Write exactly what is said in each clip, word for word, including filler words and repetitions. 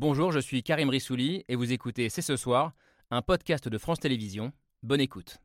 Bonjour, je suis Karim Rissouli et vous écoutez C'est ce soir, un podcast de France Télévisions. Bonne écoute.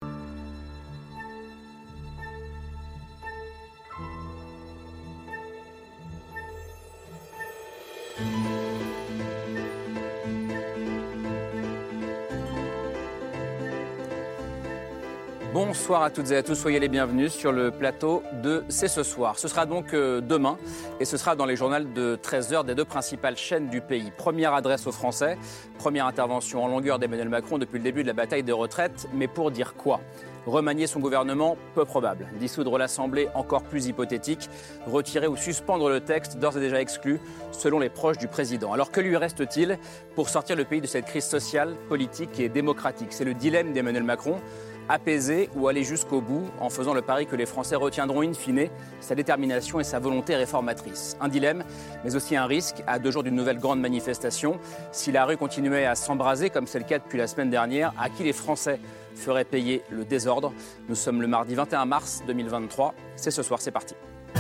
Bonsoir à toutes et à tous, soyez les bienvenus sur le plateau de C'est ce soir. Ce sera donc euh, demain et ce sera dans les journaux de treize heures des deux principales chaînes du pays. Première adresse aux Français, première intervention en longueur d'Emmanuel Macron depuis le début de la bataille des retraites. Mais pour dire quoi ? Remanier son gouvernement, peu probable. Dissoudre l'Assemblée, encore plus hypothétique. Retirer ou suspendre le texte, d'ores et déjà exclu, selon les proches du président. Alors que lui reste-t-il pour sortir le pays de cette crise sociale, politique et démocratique ? C'est le dilemme d'Emmanuel Macron. Apaiser ou aller jusqu'au bout en faisant le pari que les Français retiendront in fine sa détermination et sa volonté réformatrice. Un dilemme, mais aussi un risque à deux jours d'une nouvelle grande manifestation. Si la rue continuait à s'embraser, comme c'est le cas depuis la semaine dernière, à qui les Français feraient payer le désordre ? Nous sommes le mardi vingt et un mars deux mille vingt-trois. C'est ce soir, c'est parti.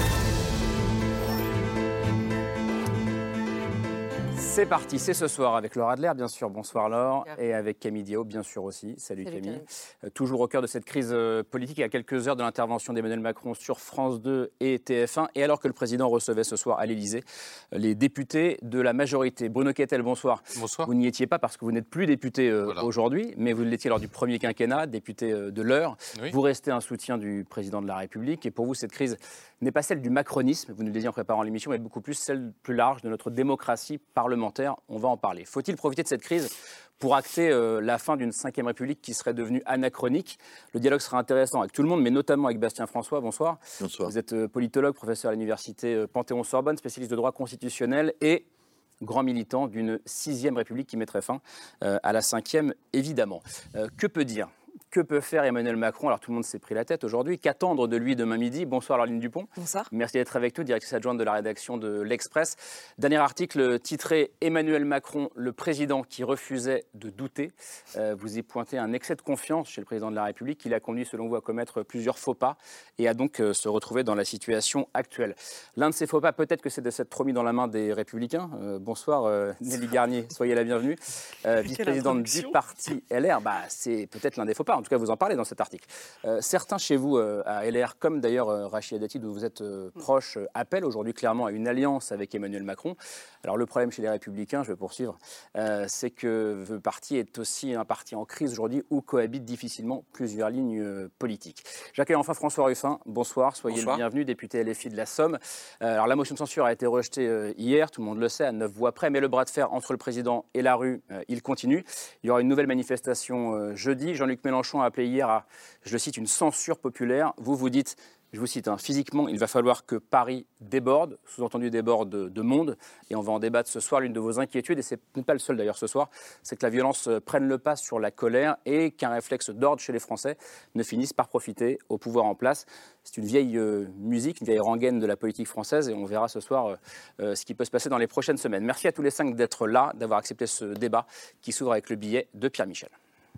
C'est parti, c'est ce soir avec Laure Adler, bien sûr. Bonsoir Laure. Et avec Camille Diao, bien sûr aussi. Salut, Salut Camille. Euh, toujours au cœur de cette crise euh, politique, à quelques heures de l'intervention d'Emmanuel Macron sur France deux et T F un. Et alors que le président recevait ce soir à l'Élysée euh, les députés de la majorité. Bruno Kettel, bonsoir. Bonsoir. Vous n'y étiez pas parce que vous n'êtes plus député euh, voilà. aujourd'hui, mais vous l'étiez lors du premier quinquennat, député euh, de l'heure. Oui. Vous restez un soutien du président de la République. Et pour vous, cette crise n'est pas celle du macronisme, vous nous le disiez en préparant l'émission, mais beaucoup plus celle plus large de notre démocratie parlementaire. On va en parler. Faut-il profiter de cette crise pour acter euh, la fin d'une cinquième République qui serait devenue anachronique ? Le dialogue sera intéressant avec tout le monde, mais notamment avec Bastien François. Bonsoir. Bonsoir. Vous êtes euh, politologue, professeur à l'université euh, Panthéon-Sorbonne, spécialiste de droit constitutionnel et grand militant d'une sixième République qui mettrait fin euh, à la cinquième, évidemment. Euh, que peut dire ? Que peut faire Emmanuel Macron ? Alors tout le monde s'est pris la tête aujourd'hui. Qu'attendre de lui demain midi ? Bonsoir Laureline Dupont. Bonsoir. Merci d'être avec nous, directrice adjointe de la rédaction de l'Express. Dernier article titré « Emmanuel Macron, le président qui refusait de douter ». Euh, vous y pointez un excès de confiance chez le président de la République qui l'a conduit selon vous à commettre plusieurs faux pas et à donc euh, se retrouver dans la situation actuelle. L'un de ces faux pas, peut-être que c'est de s'être trop mis dans la main des Républicains. Euh, bonsoir euh, Nelly Garnier, soyez la bienvenue. Euh, vice-présidente du parti L R, bah, c'est peut-être l'un des faux pas. En tout cas, vous en parlez dans cet article. Euh, certains chez vous, euh, à L R, comme d'ailleurs euh, Rachida Dati, dont vous êtes euh, proche, euh, appellent aujourd'hui clairement à une alliance avec Emmanuel Macron. Alors le problème chez les Républicains, je vais poursuivre, euh, c'est que le parti est aussi un parti en crise aujourd'hui où cohabitent difficilement plusieurs lignes euh, politiques. J'accueille enfin François Ruffin. Bonsoir, soyez Bonsoir. le bienvenu, député L F I de la Somme. Euh, alors la motion de censure a été rejetée euh, hier, tout le monde le sait, à neuf voix près, mais le bras de fer entre le président et la rue, euh, il continue. Il y aura une nouvelle manifestation euh, jeudi. Jean-Luc Mélenchon a appelé hier à, je le cite, une censure populaire. Vous vous dites, je vous cite, hein, physiquement, il va falloir que Paris déborde, sous-entendu déborde de, de monde, et on va en débattre ce soir. L'une de vos inquiétudes, et c'est pas le seul d'ailleurs ce soir, c'est que la violence prenne le pas sur la colère et qu'un réflexe d'ordre chez les Français ne finisse par profiter au pouvoir en place. C'est une vieille euh, musique, une vieille rengaine de la politique française, et on verra ce soir euh, ce qui peut se passer dans les prochaines semaines. Merci à tous les cinq d'être là, d'avoir accepté ce débat qui s'ouvre avec le billet de Pierre Michel.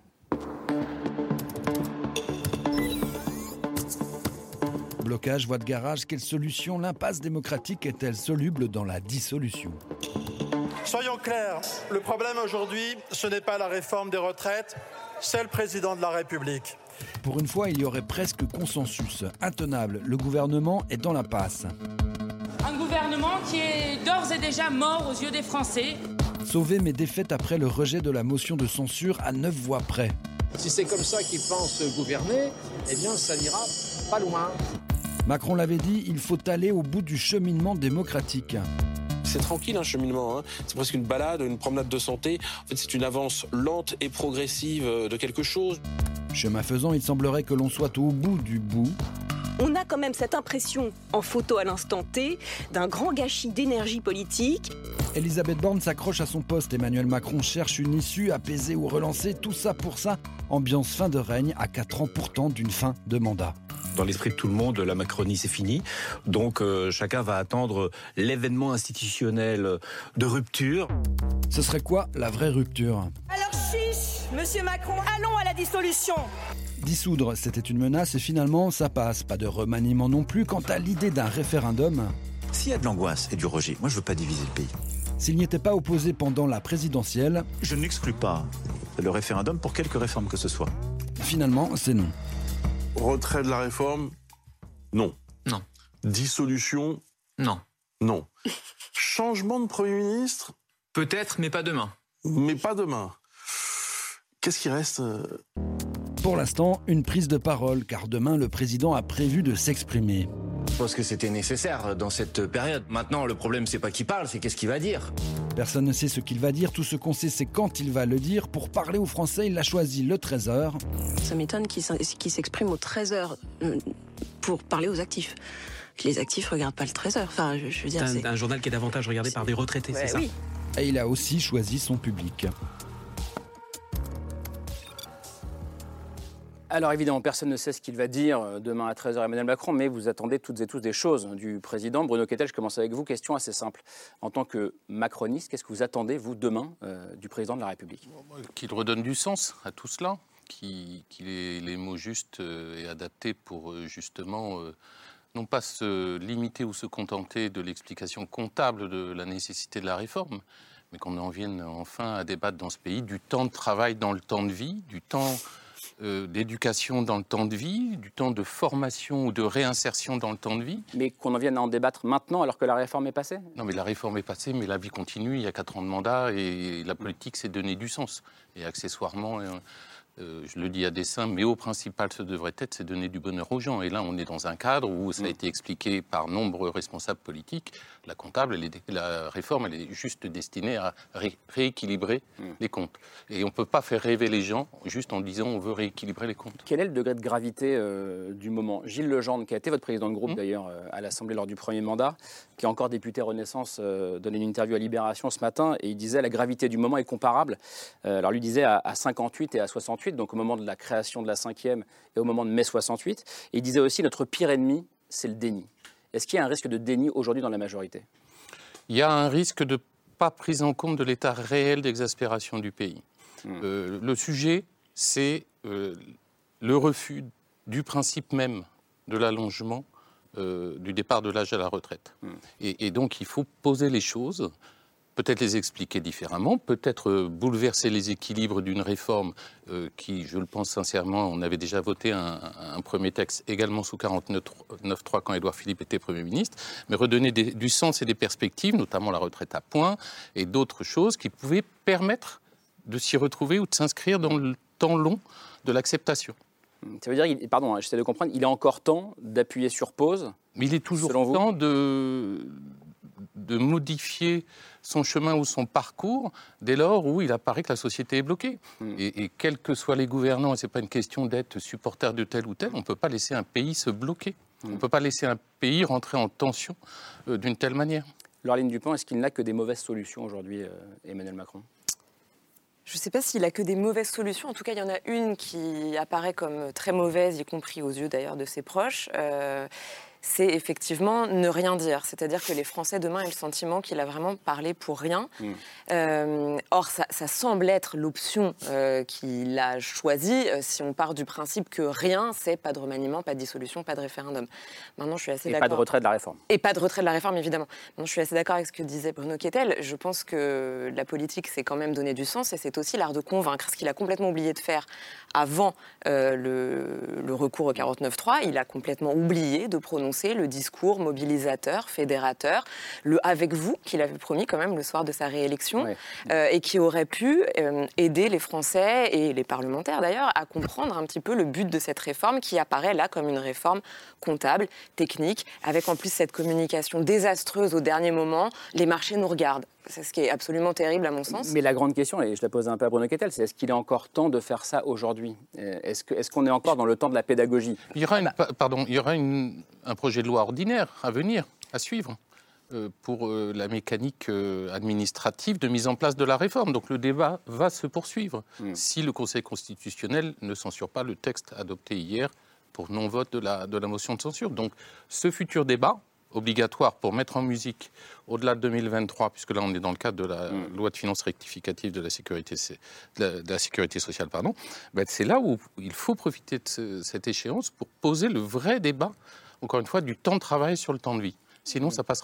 Blocage, voie de garage, quelle solution ? L'impasse démocratique est-elle soluble dans la dissolution ? Soyons clairs, le problème aujourd'hui, ce n'est pas la réforme des retraites, c'est le président de la République. Pour une fois, il y aurait presque consensus. Intenable, le gouvernement est dans l'impasse. Un gouvernement qui est d'ores et déjà mort aux yeux des Français. Sauvé mais défaite après le rejet de la motion de censure à neuf voix près. Si c'est comme ça qu'ils pensent gouverner, eh bien ça n'ira pas loin. Macron l'avait dit, il faut aller au bout du cheminement démocratique. C'est tranquille un cheminement, hein. C'est presque une balade, une promenade de santé. En fait, c'est une avance lente et progressive de quelque chose. Chemin faisant, il semblerait que l'on soit au bout du bout. On a quand même cette impression, en photo à l'instant T, d'un grand gâchis d'énergie politique. Elisabeth Borne s'accroche à son poste. Emmanuel Macron cherche une issue, apaiser ou relancer. Tout ça pour ça. Ambiance fin de règne à quatre ans pourtant d'une fin de mandat. Dans l'esprit de tout le monde, la Macronie, c'est fini. Donc euh, chacun va attendre l'événement institutionnel de rupture. Ce serait quoi la vraie rupture ? Alors chiche, Monsieur Macron, allons à la dissolution. Dissoudre, c'était une menace et finalement, ça passe. Pas de remaniement non plus. Quant à l'idée d'un référendum... S'il y a de l'angoisse et du rejet, moi je veux pas diviser le pays. s'il n'y était pas opposé pendant la présidentielle. Je n'exclus pas le référendum pour quelque réforme que ce soit. Finalement, c'est non. Retrait de la réforme, non. Non. Dissolution, non. Non. Changement de Premier ministre, peut-être, mais pas demain. Mais pas demain. Qu'est-ce qui reste ? Pour l'instant, une prise de parole, car demain, le président a prévu de s'exprimer. Je pense que c'était nécessaire dans cette période. Maintenant, le problème, c'est pas qui parle, c'est qu'est-ce qu'il va dire. Personne ne sait ce qu'il va dire. Tout ce qu'on sait, c'est quand il va le dire. Pour parler aux Français, il a choisi le treize heures. Ça m'étonne qu'il s'exprime au treize heures pour parler aux actifs. Les actifs ne regardent pas le treize heures. Enfin, je, je veux dire, c'est un, un journal qui est davantage regardé par des retraités, ouais, c'est oui. ça. Et il a aussi choisi son public. Alors évidemment, personne ne sait ce qu'il va dire demain à treize heures Emmanuel Macron, mais vous attendez toutes et tous des choses du président. Bruno Kettel, je commence avec vous. Question assez simple. En tant que macroniste, qu'est-ce que vous attendez, vous, demain, euh, du président de la République ? Qu'il redonne du sens à tout cela, qu'il qu'il ait les mots justes et adaptés pour justement euh, non pas se limiter ou se contenter de l'explication comptable de la nécessité de la réforme, mais qu'on en vienne enfin à débattre dans ce pays du temps de travail dans le temps de vie, du temps... Euh, d'éducation dans le temps de vie, du temps de formation ou de réinsertion dans le temps de vie. Mais qu'on en vienne à en débattre maintenant alors que la réforme est passée ? Non, mais la réforme est passée, mais la vie continue, il y a quatre ans de mandat et la politique, c'est donner du sens. Et accessoirement, euh, euh, je le dis à dessein, mais au principal, ce devrait être, c'est donner du bonheur aux gens. Et là, on est dans un cadre où ça a été expliqué par nombreux responsables politiques. La comptable, elle est, la réforme, elle est juste destinée à ré- rééquilibrer mmh. les comptes. Et on ne peut pas faire rêver les gens juste en disant on veut rééquilibrer les comptes. Quel est le degré de gravité euh, du moment ? Gilles Legendre, qui a été votre président de groupe mmh. d'ailleurs euh, à l'Assemblée lors du premier mandat, qui est encore député Renaissance, euh, donnait une interview à Libération ce matin et il disait la gravité du moment est comparable. Euh, alors lui disait à, à cinquante-huit et à soixante-huit, donc au moment de la création de la cinquième et au moment de mai soixante-huit. Et il disait aussi notre pire ennemi, c'est le déni. Est-ce qu'il y a un risque de déni aujourd'hui dans la majorité ? Il y a un risque de pas prise en compte de l'état réel d'exaspération du pays. Mmh. Euh, le sujet, c'est euh, le refus du principe même de l'allongement euh, du départ de l'âge à la retraite. Mmh. Et, et donc, il faut poser les choses, peut-être les expliquer différemment, peut-être euh, bouleverser les équilibres d'une réforme euh, qui, je le pense sincèrement, on avait déjà voté un, un premier texte également sous quarante-neuf trois quand Édouard Philippe était Premier ministre, mais redonner des, du sens et des perspectives, notamment la retraite à points et d'autres choses qui pouvaient permettre de s'y retrouver ou de s'inscrire dans le temps long de l'acceptation. Ça veut dire, il, pardon, j'essaie de comprendre, il est encore temps d'appuyer sur pause ? Mais il est toujours temps de... de modifier son chemin ou son parcours dès lors où il apparaît que la société est bloquée. Mmh. Et, et quels que soient les gouvernants, et ce n'est pas une question d'être supporter de tel ou tel, on ne peut pas laisser un pays se bloquer. Mmh. On ne peut pas laisser un pays rentrer en tension euh, d'une telle manière. Laureline Dupont, est-ce qu'il n'a que des mauvaises solutions aujourd'hui, euh, Emmanuel Macron ? Je ne sais pas s'il a que des mauvaises solutions. En tout cas, il y en a une qui apparaît comme très mauvaise, y compris aux yeux d'ailleurs de ses proches. Euh, c'est effectivement ne rien dire. C'est-à-dire que les Français, demain, ont le sentiment qu'il a vraiment parlé pour rien. Mmh. Euh, or, ça, ça semble être l'option euh, qu'il a choisie, euh, si on part du principe que rien, c'est pas de remaniement, pas de dissolution, pas de référendum. Maintenant, je suis assez Et d'accord. pas de retrait de la réforme. Et pas de retrait de la réforme, évidemment. Maintenant, je suis assez d'accord avec ce que disait Bruno Kettel. Je pense que la politique, c'est quand même donner du sens et c'est aussi l'art de convaincre. Ce qu'il a complètement oublié de faire avant euh, le, le recours au quarante-neuf trois, il a complètement oublié de prononcer le discours mobilisateur, fédérateur, le « avec vous » qu'il avait promis quand même le soir de sa réélection, ouais. euh, et qui aurait pu euh, aider les Français et les parlementaires d'ailleurs à comprendre un petit peu le but de cette réforme qui apparaît là comme une réforme comptable, technique, avec en plus cette communication désastreuse au dernier moment. Les marchés nous regardent. C'est ce qui est absolument terrible à mon sens. Mais la grande question, et je la posais un peu à Bruno Kettel, c'est est-ce qu'il est encore temps de faire ça aujourd'hui ? Est-ce que, est-ce qu'on est encore dans le temps de la pédagogie ? Il y aura, une, pardon, il y aura une, un projet de loi ordinaire à venir, à suivre, euh, pour euh, la mécanique euh, administrative de mise en place de la réforme. Donc le débat va se poursuivre mmh. si le Conseil constitutionnel ne censure pas le texte adopté hier pour non-vote de la, de la motion de censure. Donc ce futur débat obligatoire pour mettre en musique au-delà de deux mille vingt-trois, puisque là on est dans le cadre de la mmh. loi de finances rectificative de la sécurité, de la, de la sécurité sociale, pardon, ben c'est là où il faut profiter de ce, cette échéance pour poser le vrai débat, encore une fois, du temps de travail sur le temps de vie. Sinon, mmh. ça ne passera pas.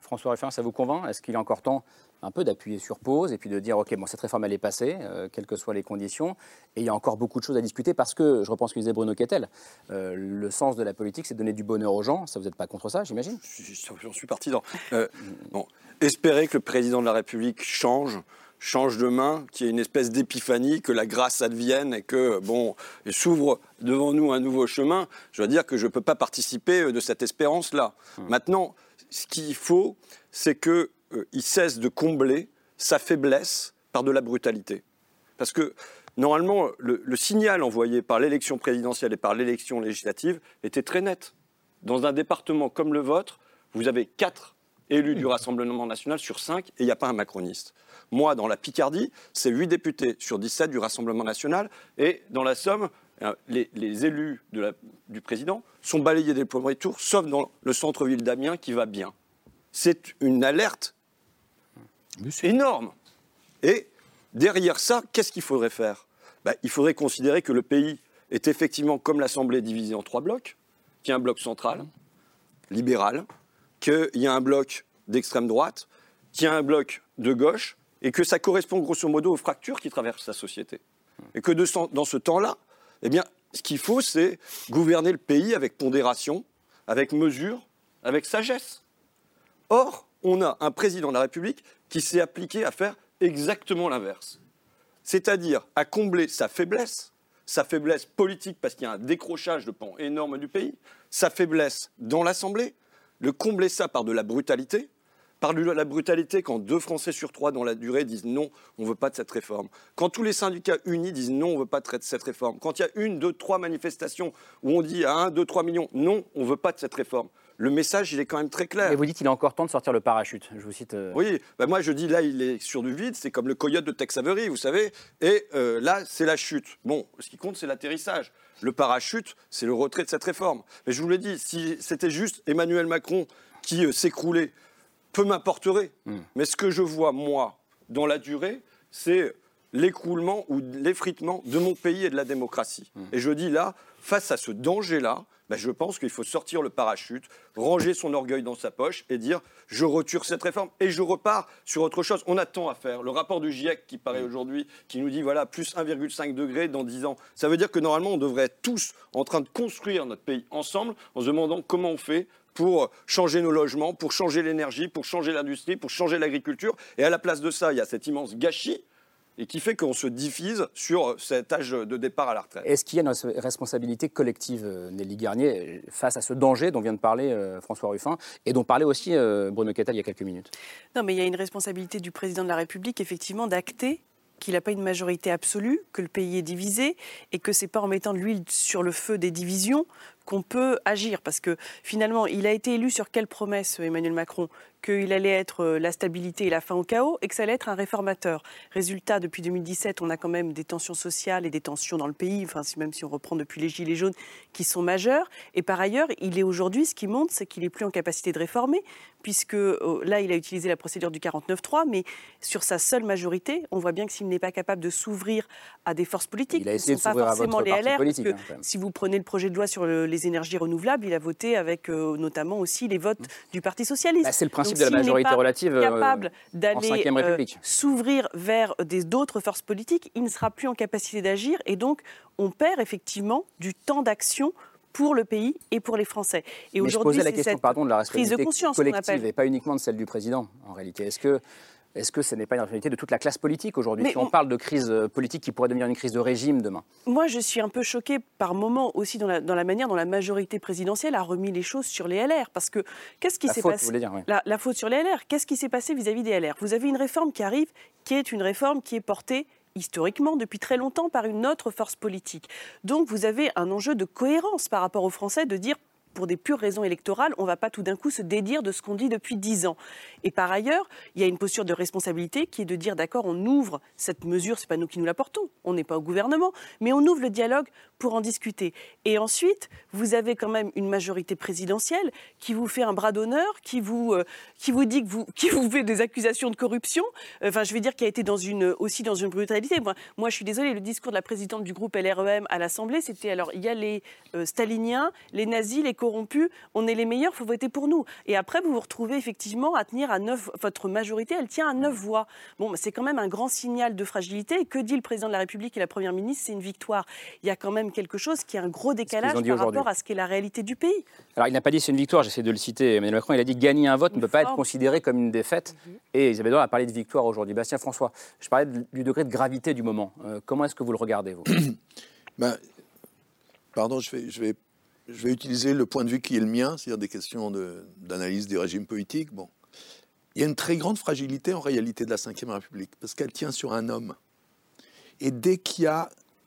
François Ruffin, ça vous convainc? Est-ce qu'il est encore temps un peu d'appuyer sur pause et puis de dire ok, bon, cette réforme elle est passée, euh, quelles que soient les conditions, et il y a encore beaucoup de choses à discuter parce que, je reprends ce que disait Bruno Kettel, euh, le sens de la politique c'est de donner du bonheur aux gens. Ça, vous n'êtes pas contre ça, j'imagine? J'en suis partisan. Euh, bon, espérer que le président de la République change, change de main, qu'il y ait une espèce d'épiphanie, que la grâce advienne et que, bon, s'ouvre devant nous un nouveau chemin, je dois dire que je ne peux pas participer de cette espérance-là. Hum. Maintenant, ce qu'il faut, c'est que Euh, il cesse de combler sa faiblesse par de la brutalité. Parce que, normalement, le, le signal envoyé par l'élection présidentielle et par l'élection législative était très net. Dans un département comme le vôtre, vous avez quatre élus du Rassemblement national sur cinq et il n'y a pas un macroniste. Moi, dans la Picardie, c'est huit députés sur dix-sept du Rassemblement national et dans la Somme, les, les élus de la, du président sont balayés des premiers tours, sauf dans le centre-ville d'Amiens qui va bien. C'est une alerte énorme. Et derrière ça, qu'est-ce qu'il faudrait faire? Ben, il faudrait considérer que le pays est effectivement, comme l'Assemblée, divisé en trois blocs, qu'il y a un bloc central, libéral, qu'il y a un bloc d'extrême droite, qu'il y a un bloc de gauche, et que ça correspond grosso modo aux fractures qui traversent la société. Et que de, dans ce temps-là, eh bien, ce qu'il faut, c'est gouverner le pays avec pondération, avec mesure, avec sagesse. Or, on a un président de la République qui s'est appliqué à faire exactement l'inverse. C'est-à-dire à combler sa faiblesse, sa faiblesse politique parce qu'il y a un décrochage de pans énorme du pays, sa faiblesse dans l'Assemblée, le combler ça par de la brutalité, par de la brutalité quand deux Français sur trois dans la durée disent non, on ne veut pas de cette réforme. Quand tous les syndicats unis disent non, on ne veut pas de cette réforme. Quand il y a une, deux, trois manifestations où on dit à un, deux, trois millions, non, on ne veut pas de cette réforme. Le message, il est quand même très clair. Et vous dites qu'il est encore temps de sortir le parachute. Je vous cite. Euh... Oui, ben moi je dis là, il est sur du vide. C'est comme le coyote de Tex Avery, vous savez. Et euh, là, c'est la chute. Bon, ce qui compte, c'est l'atterrissage. Le parachute, c'est le retrait de cette réforme. Mais je vous l'ai dit, si c'était juste Emmanuel Macron qui euh, s'écroulait, peu m'importerait. Mm. Mais ce que je vois, moi, dans la durée, c'est l'écroulement ou l'effritement de mon pays et de la démocratie. Mm. Et je dis là, face à ce danger-là, ben je pense qu'il faut sortir le parachute, ranger son orgueil dans sa poche et dire « je retire cette réforme et je repars sur autre chose ». On a tant à faire. Le rapport du GIEC qui paraît aujourd'hui, qui nous dit voilà, plus un virgule cinq degré dans dix ans. Ça veut dire que normalement, on devrait être tous en train de construire notre pays ensemble en se demandant comment on fait pour changer nos logements, pour changer l'énergie, pour changer l'industrie, pour changer l'agriculture. Et à la place de ça, il y a cet immense gâchis et qui fait qu'on se divise sur cet âge de départ à la retraite. Est-ce qu'il y a une responsabilité collective, Nelly Garnier, face à ce danger dont vient de parler euh, François Ruffin et dont parlait aussi euh, Bruno Kettel il y a quelques minutes? Non, mais il y a une responsabilité du président de la République, effectivement, d'acter qu'il n'a pas une majorité absolue, que le pays est divisé et que ce n'est pas en mettant de l'huile sur le feu des divisions qu'on peut agir. Parce que finalement, il a été élu sur quelle promesse, Emmanuel Macron? Qu'il allait être la stabilité et la fin au chaos et que ça allait être un réformateur. Résultat, depuis deux mille dix-sept, on a quand même des tensions sociales et des tensions dans le pays, enfin, même si on reprend depuis les Gilets jaunes, qui sont majeures. Et par ailleurs, il est aujourd'hui, ce qui montre, c'est qu'il n'est plus en capacité de réformer, puisque euh, là, il a utilisé la procédure du quarante-neuf trois, mais sur sa seule majorité, on voit bien que s'il n'est pas capable de s'ouvrir à des forces politiques, il a essayé qui ne sont de pas forcément les L R, politique, parce que hein, si vous prenez le projet de loi sur le, les énergies renouvelables, il a voté avec euh, notamment aussi les votes mmh. du Parti socialiste. Bah, c'est le principe Donc, de la majorité relative capable euh, d'aller euh, s'ouvrir vers des, d'autres forces politiques, il ne sera plus en capacité d'agir et donc on perd effectivement du temps d'action pour le pays et pour les Français. Et Mais aujourd'hui, je posais la c'est question cette pardon, de la responsabilité prise de conscience collective et pas uniquement de celle du président, en réalité. Est-ce que Est-ce que ce n'est pas une responsabilité de toute la classe politique aujourd'hui? Si on parle de crise politique qui pourrait devenir une crise de régime demain. Moi, je suis un peu choquée par moments aussi dans la, dans la manière dont la majorité présidentielle a remis les choses sur les L R. Parce que qu'est-ce qui la s'est faute, passé vous voulez dire, oui. la, la faute sur les L R. Qu'est-ce qui s'est passé vis-à-vis des L R? Vous avez une réforme qui arrive, qui est une réforme qui est portée historiquement, depuis très longtemps, par une autre force politique. Donc, vous avez un enjeu de cohérence par rapport aux Français de dire pour des pures raisons électorales, on ne va pas tout d'un coup se dédire de ce qu'on dit depuis dix ans. Et par ailleurs, il y a une posture de responsabilité qui est de dire, d'accord, on ouvre cette mesure, ce n'est pas nous qui nous la portons, on n'est pas au gouvernement, mais on ouvre le dialogue pour en discuter. Et ensuite, vous avez quand même une majorité présidentielle qui vous fait un bras d'honneur, qui vous, euh, qui vous dit que vous, qui vous fait des accusations de corruption, enfin, je vais dire, qui a été dans une, aussi dans une brutalité. Moi, moi, je suis désolée, le discours de la présidente du groupe L R E M à l'Assemblée, c'était, alors, il y a les euh, staliniens, les nazis, les corrompus, on est les meilleurs, il faut voter pour nous. Et après, vous vous retrouvez effectivement à tenir à neuf, votre majorité, elle tient à neuf voix. Bon, c'est quand même un grand signal de fragilité. Et que dit le président de la République et la Première ministre? C'est une victoire. Il y a quand même quelque chose qui est un gros décalage par rapport à ce qu'est la réalité du pays. Alors, il n'a pas dit c'est une victoire, j'essaie de le citer. Emmanuel Macron, il a dit gagner un vote ne peut pas être considéré comme une défaite. Mm-hmm. Et Elisabeth Borne a parlé de victoire aujourd'hui. Bastien François, je parlais de, du degré de gravité du moment. Euh, comment est-ce que vous le regardez, vous? ben, Pardon, je vais, je, vais, je vais utiliser le point de vue qui est le mien, c'est-à-dire des questions de, d'analyse des régimes politiques. Bon. Il y a une très grande fragilité en réalité de la cinquième République, parce qu'elle tient sur un homme. Et dès qu'il y a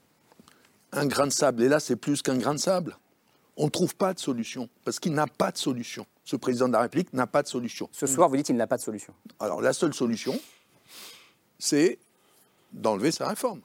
un grain de sable, et là c'est plus qu'un grain de sable, on ne trouve pas de solution, parce qu'il n'a pas de solution. Ce président de la République n'a pas de solution. Ce soir, vous dites qu'il n'a pas de solution. Alors la seule solution, c'est d'enlever sa réforme.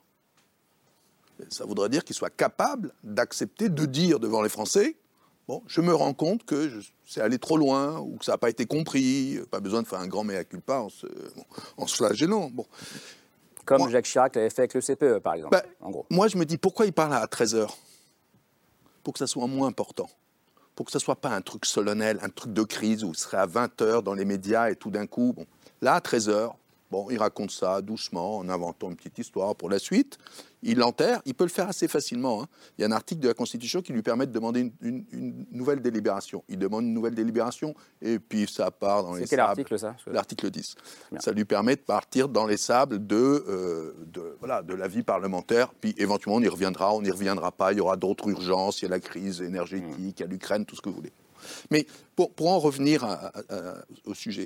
Ça voudrait dire qu'il soit capable d'accepter de dire devant les Français « Bon, je me rends compte que je, c'est allé trop loin ou que ça n'a pas été compris, pas besoin de faire un grand mea culpa en se, bon, en se flagellant. Bon. » Comme moi, Jacques Chirac l'avait fait avec le C P E, par exemple. Ben, en gros. Moi, je me dis, pourquoi il parle à treize heures? Pour que ça soit moins important. Pour que ça ne soit pas un truc solennel, un truc de crise où il serait à vingt heures dans les médias et tout d'un coup... Bon. Là, à treize heures, bon, il raconte ça doucement, en inventant une petite histoire pour la suite. Il l'enterre, il peut le faire assez facilement. Hein. Il y a un article de la Constitution qui lui permet de demander une, une, une nouvelle délibération. Il demande une nouvelle délibération et puis ça part dans C'est les quel sables. Article, ça L'article dix. Ça lui permet de partir dans les sables de, euh, de, voilà, de la vie parlementaire. Puis éventuellement, on y reviendra, on n'y reviendra pas. Il y aura d'autres urgences, il y a la crise énergétique, mmh. il y a l'Ukraine, tout ce que vous voulez. Mais pour, pour en revenir à, à, à, au sujet,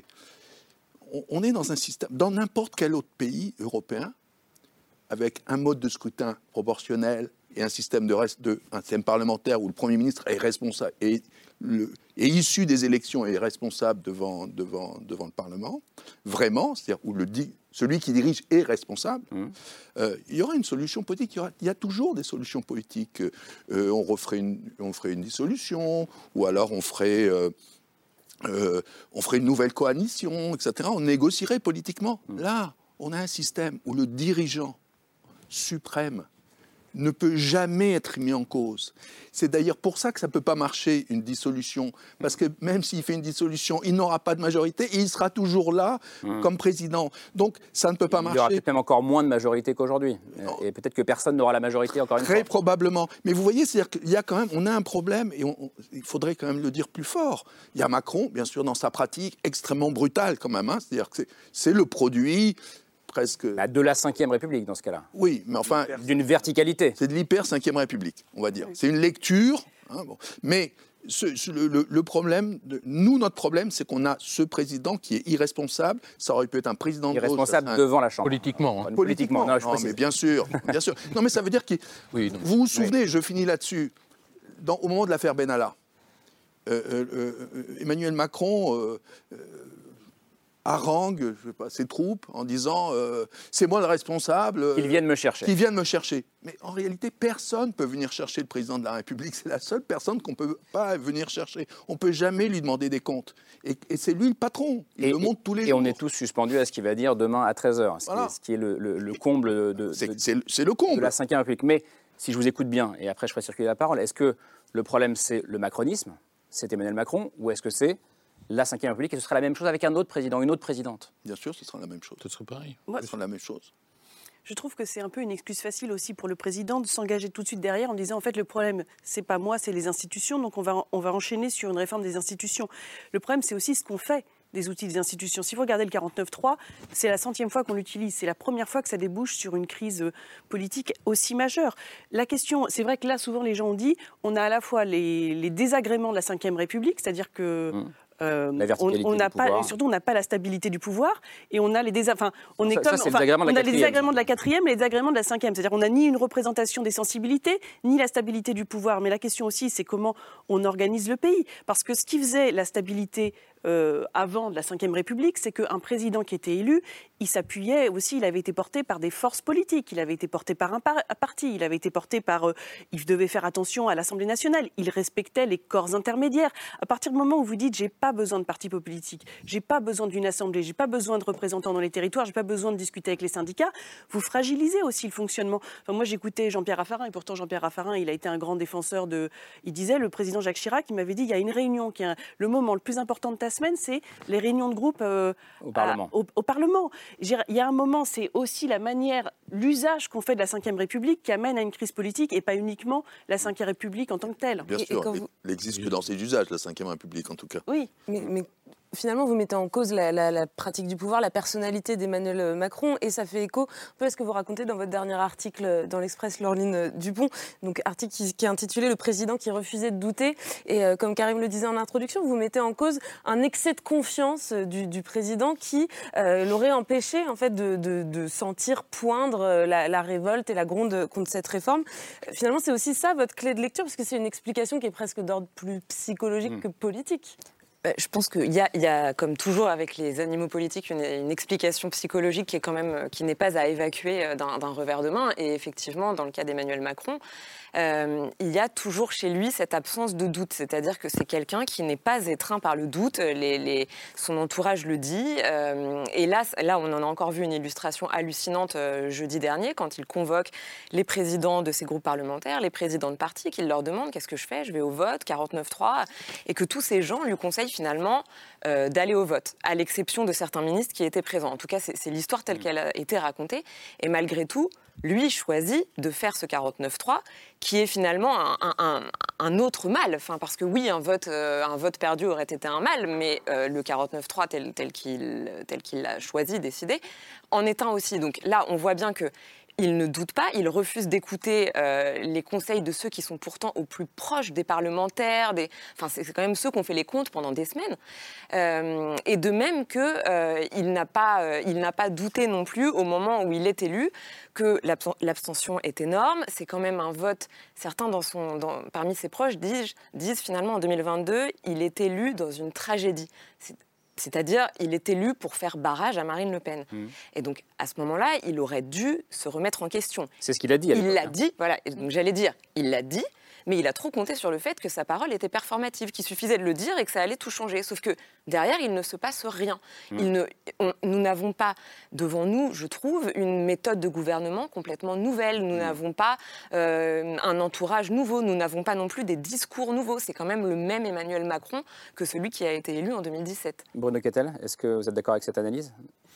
on, on est dans un système, dans n'importe quel autre pays européen, avec un mode de scrutin proportionnel et un système, de reste de, un système parlementaire où le Premier ministre est responsable, est, le, est issu des élections et est responsable devant, devant, devant le Parlement, vraiment, c'est-à-dire où le, celui qui dirige est responsable, mmh. euh, il y aura une solution politique, il y, aura, il y a toujours des solutions politiques. Euh, on, referait une, on ferait une dissolution, ou alors on ferait... Euh, euh, on ferait une nouvelle coalition, et cetera. On négocierait politiquement. Mmh. Là, on a un système où le dirigeant suprême ne peut jamais être mis en cause. C'est d'ailleurs pour ça que ça ne peut pas marcher, une dissolution. Parce que même s'il fait une dissolution, il n'aura pas de majorité et il sera toujours là mmh. comme président. Donc ça ne peut pas il marcher. Il y aura peut-être même encore moins de majorité qu'aujourd'hui. Et peut-être que personne n'aura la majorité encore une fois. Très probablement. Mais vous voyez, c'est-à-dire qu'il y a quand même, on a un problème et on, on, il faudrait quand même le dire plus fort. Il y a Macron, bien sûr, dans sa pratique, extrêmement brutale quand même. Hein. C'est-à-dire que c'est, c'est le produit... Presque... Bah de la cinquième République, dans ce cas-là. Oui, mais enfin... D'une verticalité. C'est de l'hyper cinquième République, on va dire. C'est une lecture. Hein, bon. Mais ce, ce, le, le problème, de, nous, notre problème, c'est qu'on a ce président qui est irresponsable. Ça aurait pu être un président de irresponsable gauche, devant la Chambre. Politiquement. Hein. Politiquement. Non, non mais bien sûr, bien sûr. Non, mais ça veut dire que... Oui, vous vous souvenez, oui. je finis là-dessus, dans, au moment de l'affaire Benalla, euh, euh, euh, Emmanuel Macron... Euh, euh, harangue je sais pas, ses troupes en disant euh, c'est moi le responsable. Euh, qu'ils viennent me chercher. Qu'ils viennent me chercher. Mais en réalité, personne ne peut venir chercher le président de la République. C'est la seule personne qu'on ne peut pas venir chercher. On ne peut jamais lui demander des comptes. Et, et c'est lui le patron. Il et, le montre tous les et jours. Et on est tous suspendus à ce qu'il va dire demain à treize heures, ce, voilà. qui, est, ce qui est le, le, le comble, de, de, c'est, c'est, c'est le comble de la cinquième République. Mais si je vous écoute bien, et après je ferai circuler la parole, est-ce que le problème c'est le macronisme, c'est Emmanuel Macron, ou est-ce que c'est la cinquième République, et ce sera la même chose avec un autre président, une autre présidente? Bien sûr, ce sera la même chose. Ce serait pareil. Ouais. Ce sera la même chose. Je trouve que c'est un peu une excuse facile aussi pour le président de s'engager tout de suite derrière en disant en fait le problème c'est pas moi, c'est les institutions, donc on va, on va enchaîner sur une réforme des institutions. Le problème c'est aussi ce qu'on fait des outils des institutions. Si vous regardez le quarante-neuf trois, c'est la centième fois qu'on l'utilise. C'est la première fois que ça débouche sur une crise politique aussi majeure. La question, c'est vrai que là souvent les gens ont dit on a à la fois les, les désagréments de la cinquième République, c'est-à-dire que... Mmh. Euh, on, on n'a pas, surtout, on n'a pas la stabilité du pouvoir et on a les désa- enfin, on est ça, comme, ça, enfin, on a les désagréments de la quatrième et les désagréments de la cinquième. C'est-à-dire qu'on n'a ni une représentation des sensibilités, ni la stabilité du pouvoir. Mais la question aussi, c'est comment on organise le pays. Parce que ce qui faisait la stabilité euh, avant de la cinquième République, c'est qu'un président qui était élu, il s'appuyait aussi, il avait été porté par des forces politiques, il avait été porté par un, par un parti, il avait été porté par... Euh, il devait faire attention à l'Assemblée nationale, il respectait les corps intermédiaires. À partir du moment où vous dites « j'ai pas besoin de parti politique, j'ai pas besoin d'une assemblée, j'ai pas besoin de représentants dans les territoires, j'ai pas besoin de discuter avec les syndicats », vous fragilisez aussi le fonctionnement. Enfin, moi, j'écoutais Jean-Pierre Raffarin, et pourtant Jean-Pierre Raffarin, il a été un grand défenseur de... Il disait, le président Jacques Chirac, il m'avait dit, il y a une réunion, qui est le moment le plus important de ta semaine, c'est les réunions de groupe euh, au Parlement. À, au, au Parlement. Il y a un moment, c'est aussi la manière, l'usage qu'on fait de la cinquième République qui amène à une crise politique et pas uniquement la cinquième République en tant que telle. Bien et, sûr, et vous... il n'existe que dans ses usages, la cinquième République en tout cas. Oui, mais... mais... Finalement, vous mettez en cause la, la, la pratique du pouvoir, la personnalité d'Emmanuel Macron, et ça fait écho un peu à ce que vous racontez dans votre dernier article dans l'Express, Laureline Dupont, donc article qui, qui est intitulé « Le président qui refusait de douter ». Et euh, comme Karim le disait en introduction, vous mettez en cause un excès de confiance du, du président qui euh, l'aurait empêché en fait, de, de, de sentir poindre la, la révolte et la gronde contre cette réforme. Finalement, c'est aussi ça votre clé de lecture, parce que c'est une explication qui est presque d'ordre plus psychologique mmh. que politique. Je pense qu'il y a, il y a, comme toujours avec les animaux politiques, une, une explication psychologique qui est quand même, qui n'est pas à évacuer d'un, d'un revers de main. Et effectivement, dans le cas d'Emmanuel Macron, euh, il y a toujours chez lui cette absence de doute. C'est-à-dire que c'est quelqu'un qui n'est pas étreint par le doute. Les, les, son entourage le dit. Euh, et là, là, on en a encore vu une illustration hallucinante euh, jeudi dernier, quand il convoque les présidents de ces groupes parlementaires, les présidents de partis, qu'il leur demande « qu'est-ce que je fais ? Je vais au vote, quarante-neuf trois » et que tous ces gens lui conseillent finalement euh, d'aller au vote, à l'exception de certains ministres qui étaient présents. En tout cas, c'est, c'est l'histoire telle qu'elle a été racontée. Et malgré tout, lui choisit de faire ce quarante-neuf trois, qui est finalement un, un, un autre mal. Enfin, parce que oui, un vote, euh, un vote perdu aurait été un mal, mais euh, le quarante-neuf trois tel, tel, qu'il, tel qu'il l'a choisi, décidé, en est un aussi. Donc là, on voit bien que il ne doute pas, il refuse d'écouter euh, les conseils de ceux qui sont pourtant au plus proches des parlementaires. Des... Enfin, c'est quand même ceux qui ont fait les comptes pendant des semaines. Euh, et de même qu'il euh, n'a pas, euh, il n'a pas douté non plus au moment où il est élu que l'abs- l'abstention est énorme. C'est quand même un vote. Certains dans son, dans, parmi ses proches disent, disent finalement en deux mille vingt-deux, il est élu dans une tragédie. C'est, C'est-à-dire, il est élu pour faire barrage à Marine Le Pen. Mmh. Et donc, à ce moment-là, il aurait dû se remettre en question. C'est ce qu'il a dit. À il l'a dit, voilà. Et donc, j'allais dire, il l'a dit, mais il a trop compté sur le fait que sa parole était performative, qu'il suffisait de le dire et que ça allait tout changer. Sauf que derrière, il ne se passe rien. Mmh. Il ne, on, nous n'avons pas devant nous, je trouve, une méthode de gouvernement complètement nouvelle. Nous mmh. n'avons pas euh, un entourage nouveau. Nous n'avons pas non plus des discours nouveaux. C'est quand même le même Emmanuel Macron que celui qui a été élu en deux mille dix-sept. Bruno Kettel, est-ce que vous êtes d'accord avec cette analyse ?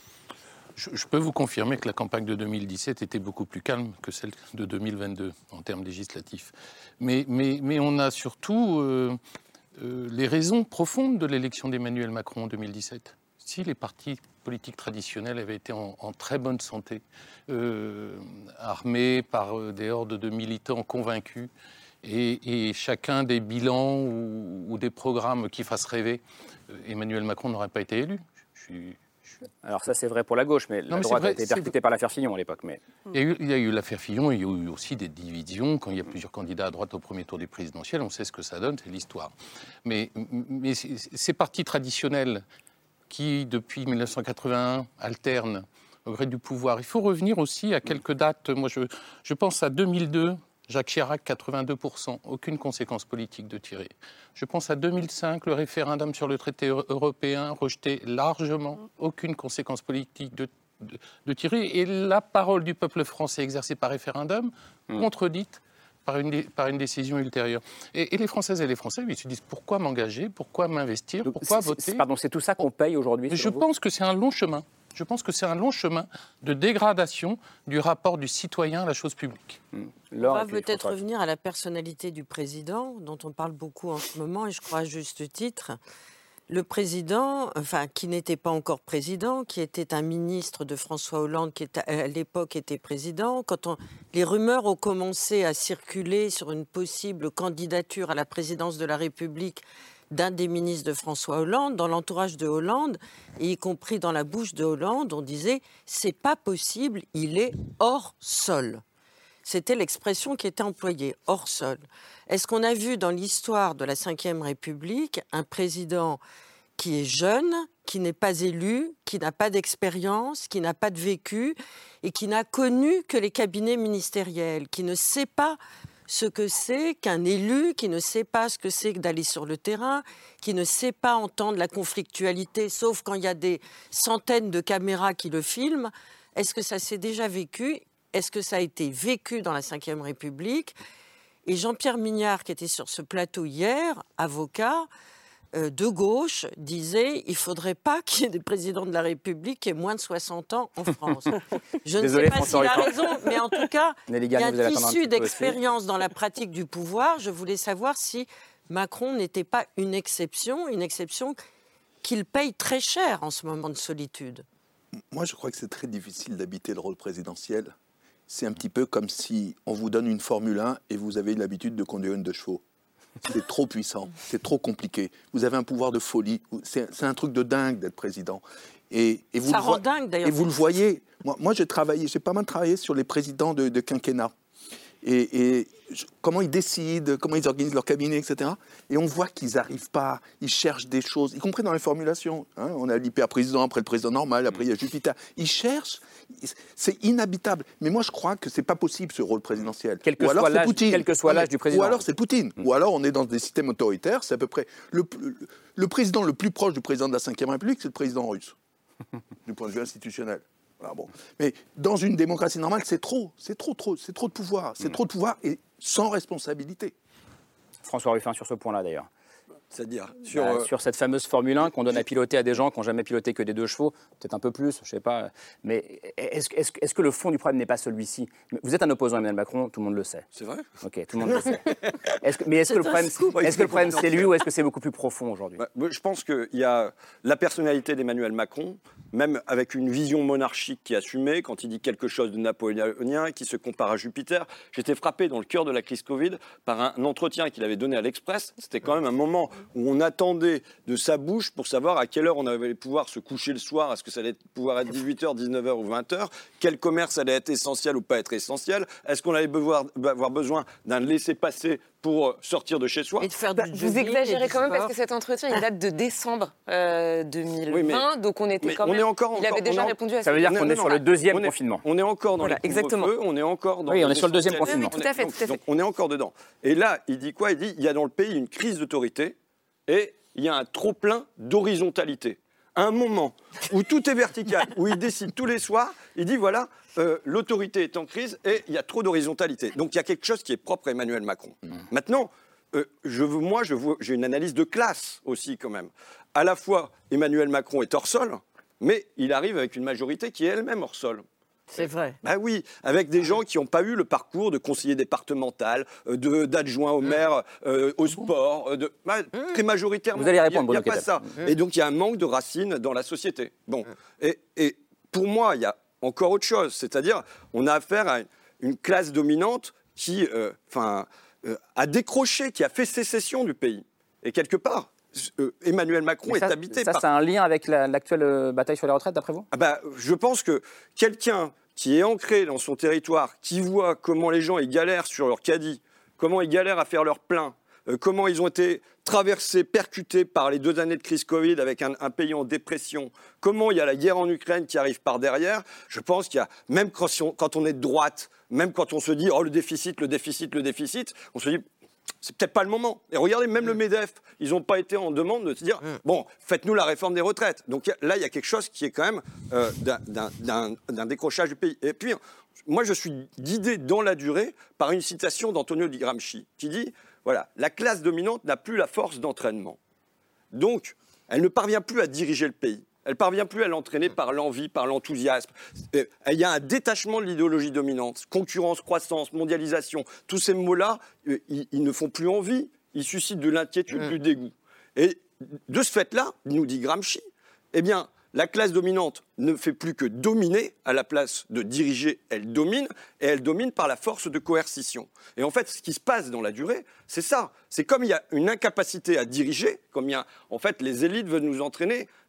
Je, je peux vous confirmer que la campagne de deux mille dix-sept était beaucoup plus calme que celle de deux mille vingt-deux en termes législatifs. Mais, mais, mais on a surtout euh, euh, les raisons profondes de l'élection d'Emmanuel Macron en deux mille dix-sept. Si les partis politiques traditionnels avaient été en, en très bonne santé, euh, armés par euh, des hordes de militants convaincus, et, et chacun des bilans ou, ou des programmes qui fassent rêver, euh, Emmanuel Macron n'aurait pas été élu. Je suis... Alors ça c'est vrai pour la gauche, mais non, la mais droite vrai, a été percutée par l'affaire Fillon à l'époque. Mais... Il y a eu, il y a eu l'affaire Fillon, il y a eu aussi des divisions. Quand il y a plusieurs candidats à droite au premier tour des présidentielles, on sait ce que ça donne, c'est l'histoire. Mais, mais ces partis traditionnels qui, depuis mille neuf cent quatre-vingt-un, alternent au gré du pouvoir, il faut revenir aussi à quelques dates. Moi, je, je pense à deux mille deux, Jacques Chirac, quatre-vingt-deux pour cent, aucune conséquence politique de tirer. Je pense à deux mille cinq, le référendum sur le traité européen, rejeté largement, aucune conséquence politique de, de, de tirer. Et la parole du peuple français exercée par référendum, mmh. contredite par une, par une décision ultérieure. Et, et les Françaises et les Français, ils se disent pourquoi m'engager, pourquoi m'investir, pourquoi c'est, voter c'est, Pardon, c'est tout ça qu'on paye aujourd'hui ? Je vous pense que c'est un long chemin. Je pense que c'est un long chemin de dégradation du rapport du citoyen à la chose publique. Mmh. On va peut-être revenir à la personnalité du président, dont on parle beaucoup en ce moment, et je crois à juste titre. Le président, enfin, qui n'était pas encore président, qui était un ministre de François Hollande, qui était, à l'époque était président, quand on, les rumeurs ont commencé à circuler sur une possible candidature à la présidence de la République d'un des ministres de François Hollande, dans l'entourage de Hollande, et y compris dans la bouche de Hollande, on disait « c'est pas possible, il est hors sol ». C'était l'expression qui était employée, hors sol. Est-ce qu'on a vu dans l'histoire de la cinquième République un président qui est jeune, qui n'est pas élu, qui n'a pas d'expérience, qui n'a pas de vécu et qui n'a connu que les cabinets ministériels, qui ne sait pas ce que c'est qu'un élu, qui ne sait pas ce que c'est que d'aller sur le terrain, qui ne sait pas entendre la conflictualité, sauf quand il y a des centaines de caméras qui le filment. Est-ce que ça s'est déjà vécu ? Est-ce que ça a été vécu dans la cinquième République ? Et Jean-Pierre Mignard, qui était sur ce plateau hier, avocat, Euh, de gauche, disait il ne faudrait pas qu'il y ait des présidents de la République qui aient moins de soixante ans en France. Je Désolé, ne sais pas s'il a raison, mais en tout cas, Nelly il y a Garnier, vous allez un attendre un tissu petit peu d'expérience dans la pratique du pouvoir. Je voulais savoir si Macron n'était pas une exception, une exception qu'il paye très cher en ce moment de solitude. Moi, je crois que c'est très difficile d'habiter le rôle présidentiel. C'est un petit peu comme si on vous donne une Formule un et vous avez l'habitude de conduire une de chevaux. C'est trop puissant, c'est trop compliqué. Vous avez un pouvoir de folie. C'est, c'est un truc de dingue d'être président. Et, et vous Ça le rend vo- dingue, d'ailleurs. Et vous le voyez. Moi, moi j'ai travaillé, j'ai pas mal travaillé sur les présidents de, de quinquennat. Et, et je, comment ils décident, comment ils organisent leur cabinet, et cetera. Et on voit qu'ils n'arrivent pas, ils cherchent des choses, y compris dans les formulations. Hein. On a l'hyper-président, après le président normal, après il y a Jupiter. Ils cherchent, c'est inhabitable. Mais moi, je crois que c'est pas possible, ce rôle présidentiel. Quel que ou alors soit c'est l'âge- Poutine. quel que soit l'âge du président. Ou alors c'est Poutine. Ou alors on est dans des systèmes autoritaires, c'est à peu près... Le, le, le président le plus proche du président de la cinquième République, c'est le président russe, du point de vue institutionnel. Voilà, bon. Mais dans une démocratie normale, c'est trop, c'est trop, trop, c'est trop de pouvoir, c'est trop de pouvoir et sans responsabilité. François Ruffin sur ce point-là d'ailleurs. C'est-à-dire sur, sur, bah, euh... sur cette fameuse Formule un qu'on donne à piloter à des gens qui n'ont jamais piloté que des deux chevaux, peut-être un peu plus, je sais pas. Mais est-ce, est-ce, est-ce que le fond du problème n'est pas celui-ci ? Vous êtes un opposant à Emmanuel Macron, tout le monde le sait. C'est vrai ? Ok, tout le monde le sait. Est-ce que, mais est-ce que, le problème, est-ce que le problème c'est lui ou est-ce que c'est beaucoup plus profond aujourd'hui ? Bah, je pense qu'il y a la personnalité d'Emmanuel Macron, même avec une vision monarchique qui est assumée, quand il dit quelque chose de napoléonien, qui se compare à Jupiter. J'étais frappé dans le cœur de la crise Covid par un entretien qu'il avait donné à l'Express. C'était quand même un moment où on attendait de sa bouche pour savoir à quelle heure on allait pouvoir se coucher le soir. Est-ce que ça allait pouvoir être dix-huit heures, dix-neuf heures ou vingt heures ? Quel commerce allait être essentiel ou pas être essentiel ? Est-ce qu'on allait bevoir, avoir besoin d'un laissez-passer pour sortir de chez soi ? Et de faire bah, du Vous exagérez quand même parce que cet entretien, il date de décembre euh, deux mille vingt, oui, mais, donc on était quand on même... Est encore, il avait encore, déjà on répondu à ça. Ça veut dire qu'on est sur le deuxième on est, confinement. On est encore dans voilà, les couvre-feux, on est encore dans... Oui, on est sur le deuxième confinement. Oui, oui, tout à fait, tout à fait. Donc on est encore dedans. Et là, il dit quoi ? Il dit il y a dans le pays une crise d'autorité et il y a un trop-plein d'horizontalité. À un moment où tout est vertical, où il décide tous les soirs, il dit voilà, euh, l'autorité est en crise et il y a trop d'horizontalité. Donc il y a quelque chose qui est propre à Emmanuel Macron. Mmh. Maintenant, euh, je veux, moi, je vois, j'ai une analyse de classe aussi quand même. À la fois, Emmanuel Macron est hors sol, mais il arrive avec une majorité qui est elle-même hors sol. C'est vrai. Ben oui, avec des gens qui n'ont pas eu le parcours de conseiller départemental, de, d'adjoint au maire, euh, au sport, de, ben, très majoritairement. Vous allez répondre, il n'y a, a pas ça. Et donc, il y a un manque de racines dans la société. Bon. Et, et pour moi, il y a encore autre chose. C'est-à-dire, on a affaire à une classe dominante qui euh, enfin, euh, a décroché, qui a fait sécession du pays. Et quelque part... Euh, Emmanuel Macron ça, est habité ça, par... Ça, ça a un lien avec la, l'actuelle euh, bataille sur les retraites, d'après vous ? ah bah, Je pense que quelqu'un qui est ancré dans son territoire, qui voit comment les gens ils galèrent sur leur caddie, comment ils galèrent à faire leur plein, euh, comment ils ont été traversés, percutés par les deux années de crise Covid avec un, un pays en dépression, comment il y a la guerre en Ukraine qui arrive par derrière, je pense qu'il y a, même quand on, quand on est de droite, même quand on se dit « oh le déficit, le déficit, le déficit », on se dit... c'est peut-être pas le moment. Et regardez, même le MEDEF, ils n'ont pas été en demande de se dire bon, faites-nous la réforme des retraites. Donc là, il y a quelque chose qui est quand même euh, d'un, d'un, d'un, d'un décrochage du pays. Et puis, moi, je suis guidé dans la durée par une citation d'Antonio Di Gramsci qui dit voilà, la classe dominante n'a plus la force d'entraînement. Donc, elle ne parvient plus à diriger le pays. Elle ne parvient plus à l'entraîner par l'envie, par l'enthousiasme. Il y a un détachement de l'idéologie dominante. Concurrence, croissance, mondialisation, tous ces mots-là, ils, ils ne font plus envie. Ils suscitent de l'inquiétude, mmh. du dégoût. Et de ce fait-là, nous dit Gramsci, eh bien, la classe dominante ne fait plus que dominer, à la place de diriger, elle domine, et elle domine par la force de coercition. Et en fait, ce qui se passe dans la durée, c'est ça. C'est comme il y a une incapacité à diriger, comme il y a, en fait, les élites veulent nous entraîner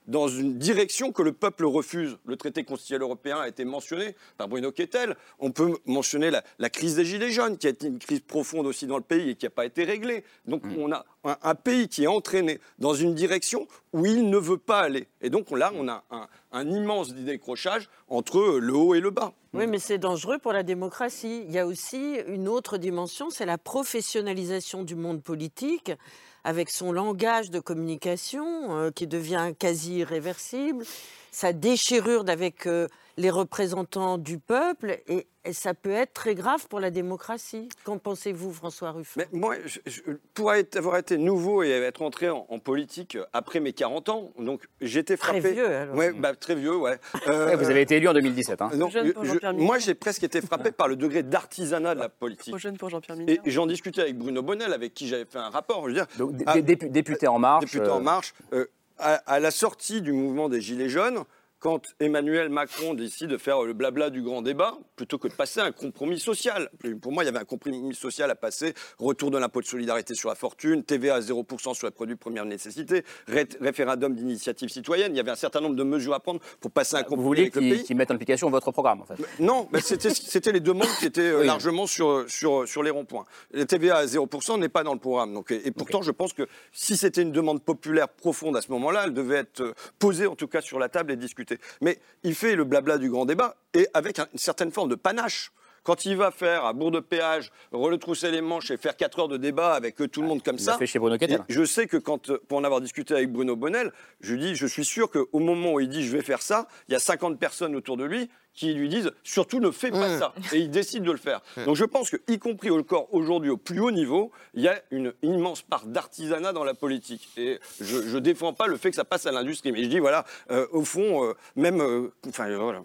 dans une direction que le peuple refuse. Le traité constitutionnel européen a été mentionné par Bruno Kettel. On peut mentionner la, la crise des Gilets jaunes, qui a été une crise profonde aussi dans le pays et qui n'a pas été réglée. Donc mmh. on a un, un pays qui est entraîné dans une direction où il ne veut pas aller. Et donc là, on a un, un immense décrochage entre le haut et le bas. Oui, mais c'est dangereux pour la démocratie. Il y a aussi une autre dimension, c'est la professionnalisation du monde politique, avec son langage de communication euh, qui devient quasi irréversible, sa déchirure avec euh, les représentants du peuple, et, et ça peut être très grave pour la démocratie. Qu'en pensez-vous, François Ruffin? Mais moi, je, je, pour être, avoir été nouveau et être entré en, en politique après mes quarante ans, donc j'étais frappé... Très vieux, alors. Ouais, bah, très vieux, ouais. Euh, ouais. Vous avez été élu en deux mille dix-sept. Hein. Donc, je, moi, j'ai presque été frappé par le degré d'artisanat de la politique. Trop jeune pour Jean-Pierre Mineur. Et j'en discutais avec Bruno Bonnel, avec qui j'avais fait un rapport. Je veux dire, donc, à, député En Marche. Député euh... En Marche. Euh, à, à la sortie du mouvement des Gilets jaunes, quand Emmanuel Macron décide de faire le blabla du grand débat, plutôt que de passer un compromis social. Pour moi, il y avait un compromis social à passer, retour de l'impôt de solidarité sur la fortune, T V A à zéro pour cent sur les produits de première nécessité, ré référendum d'initiative citoyenne. Il y avait un certain nombre de mesures à prendre pour passer un compromis. Vous voulez avec le pays. qu'ils mettent en application votre programme, en fait? Non, mais c'était les demandes qui étaient oui. largement sur, sur, sur les ronds-points. Le T V A à zéro pour cent n'est pas dans le programme. Donc, et, et pourtant, okay. je pense que si c'était une demande populaire profonde à ce moment-là, elle devait être posée, en tout cas, sur la table et discutée. Mais il fait le blabla du grand débat et avec un, une certaine forme de panache. Quand il va faire à Bourg-de-Péage, retrousser les manches et faire quatre heures de débat avec tout le monde comme il ça, fait chez Bruno Kettel. Je sais que quand, pour en avoir discuté avec Bruno Bonnel, je lui dis, je suis sûr qu'au moment où il dit je vais faire ça, il y a cinquante personnes autour de lui qui lui disent surtout ne fais pas mmh. ça, et il décide de le faire. Mmh. Donc je pense que, y compris encore aujourd'hui au plus haut niveau, il y a une immense part d'artisanat dans la politique. Et je ne défends pas le fait que ça passe à l'industrie, mais je dis voilà, euh, au fond, euh, même, euh, enfin euh, voilà.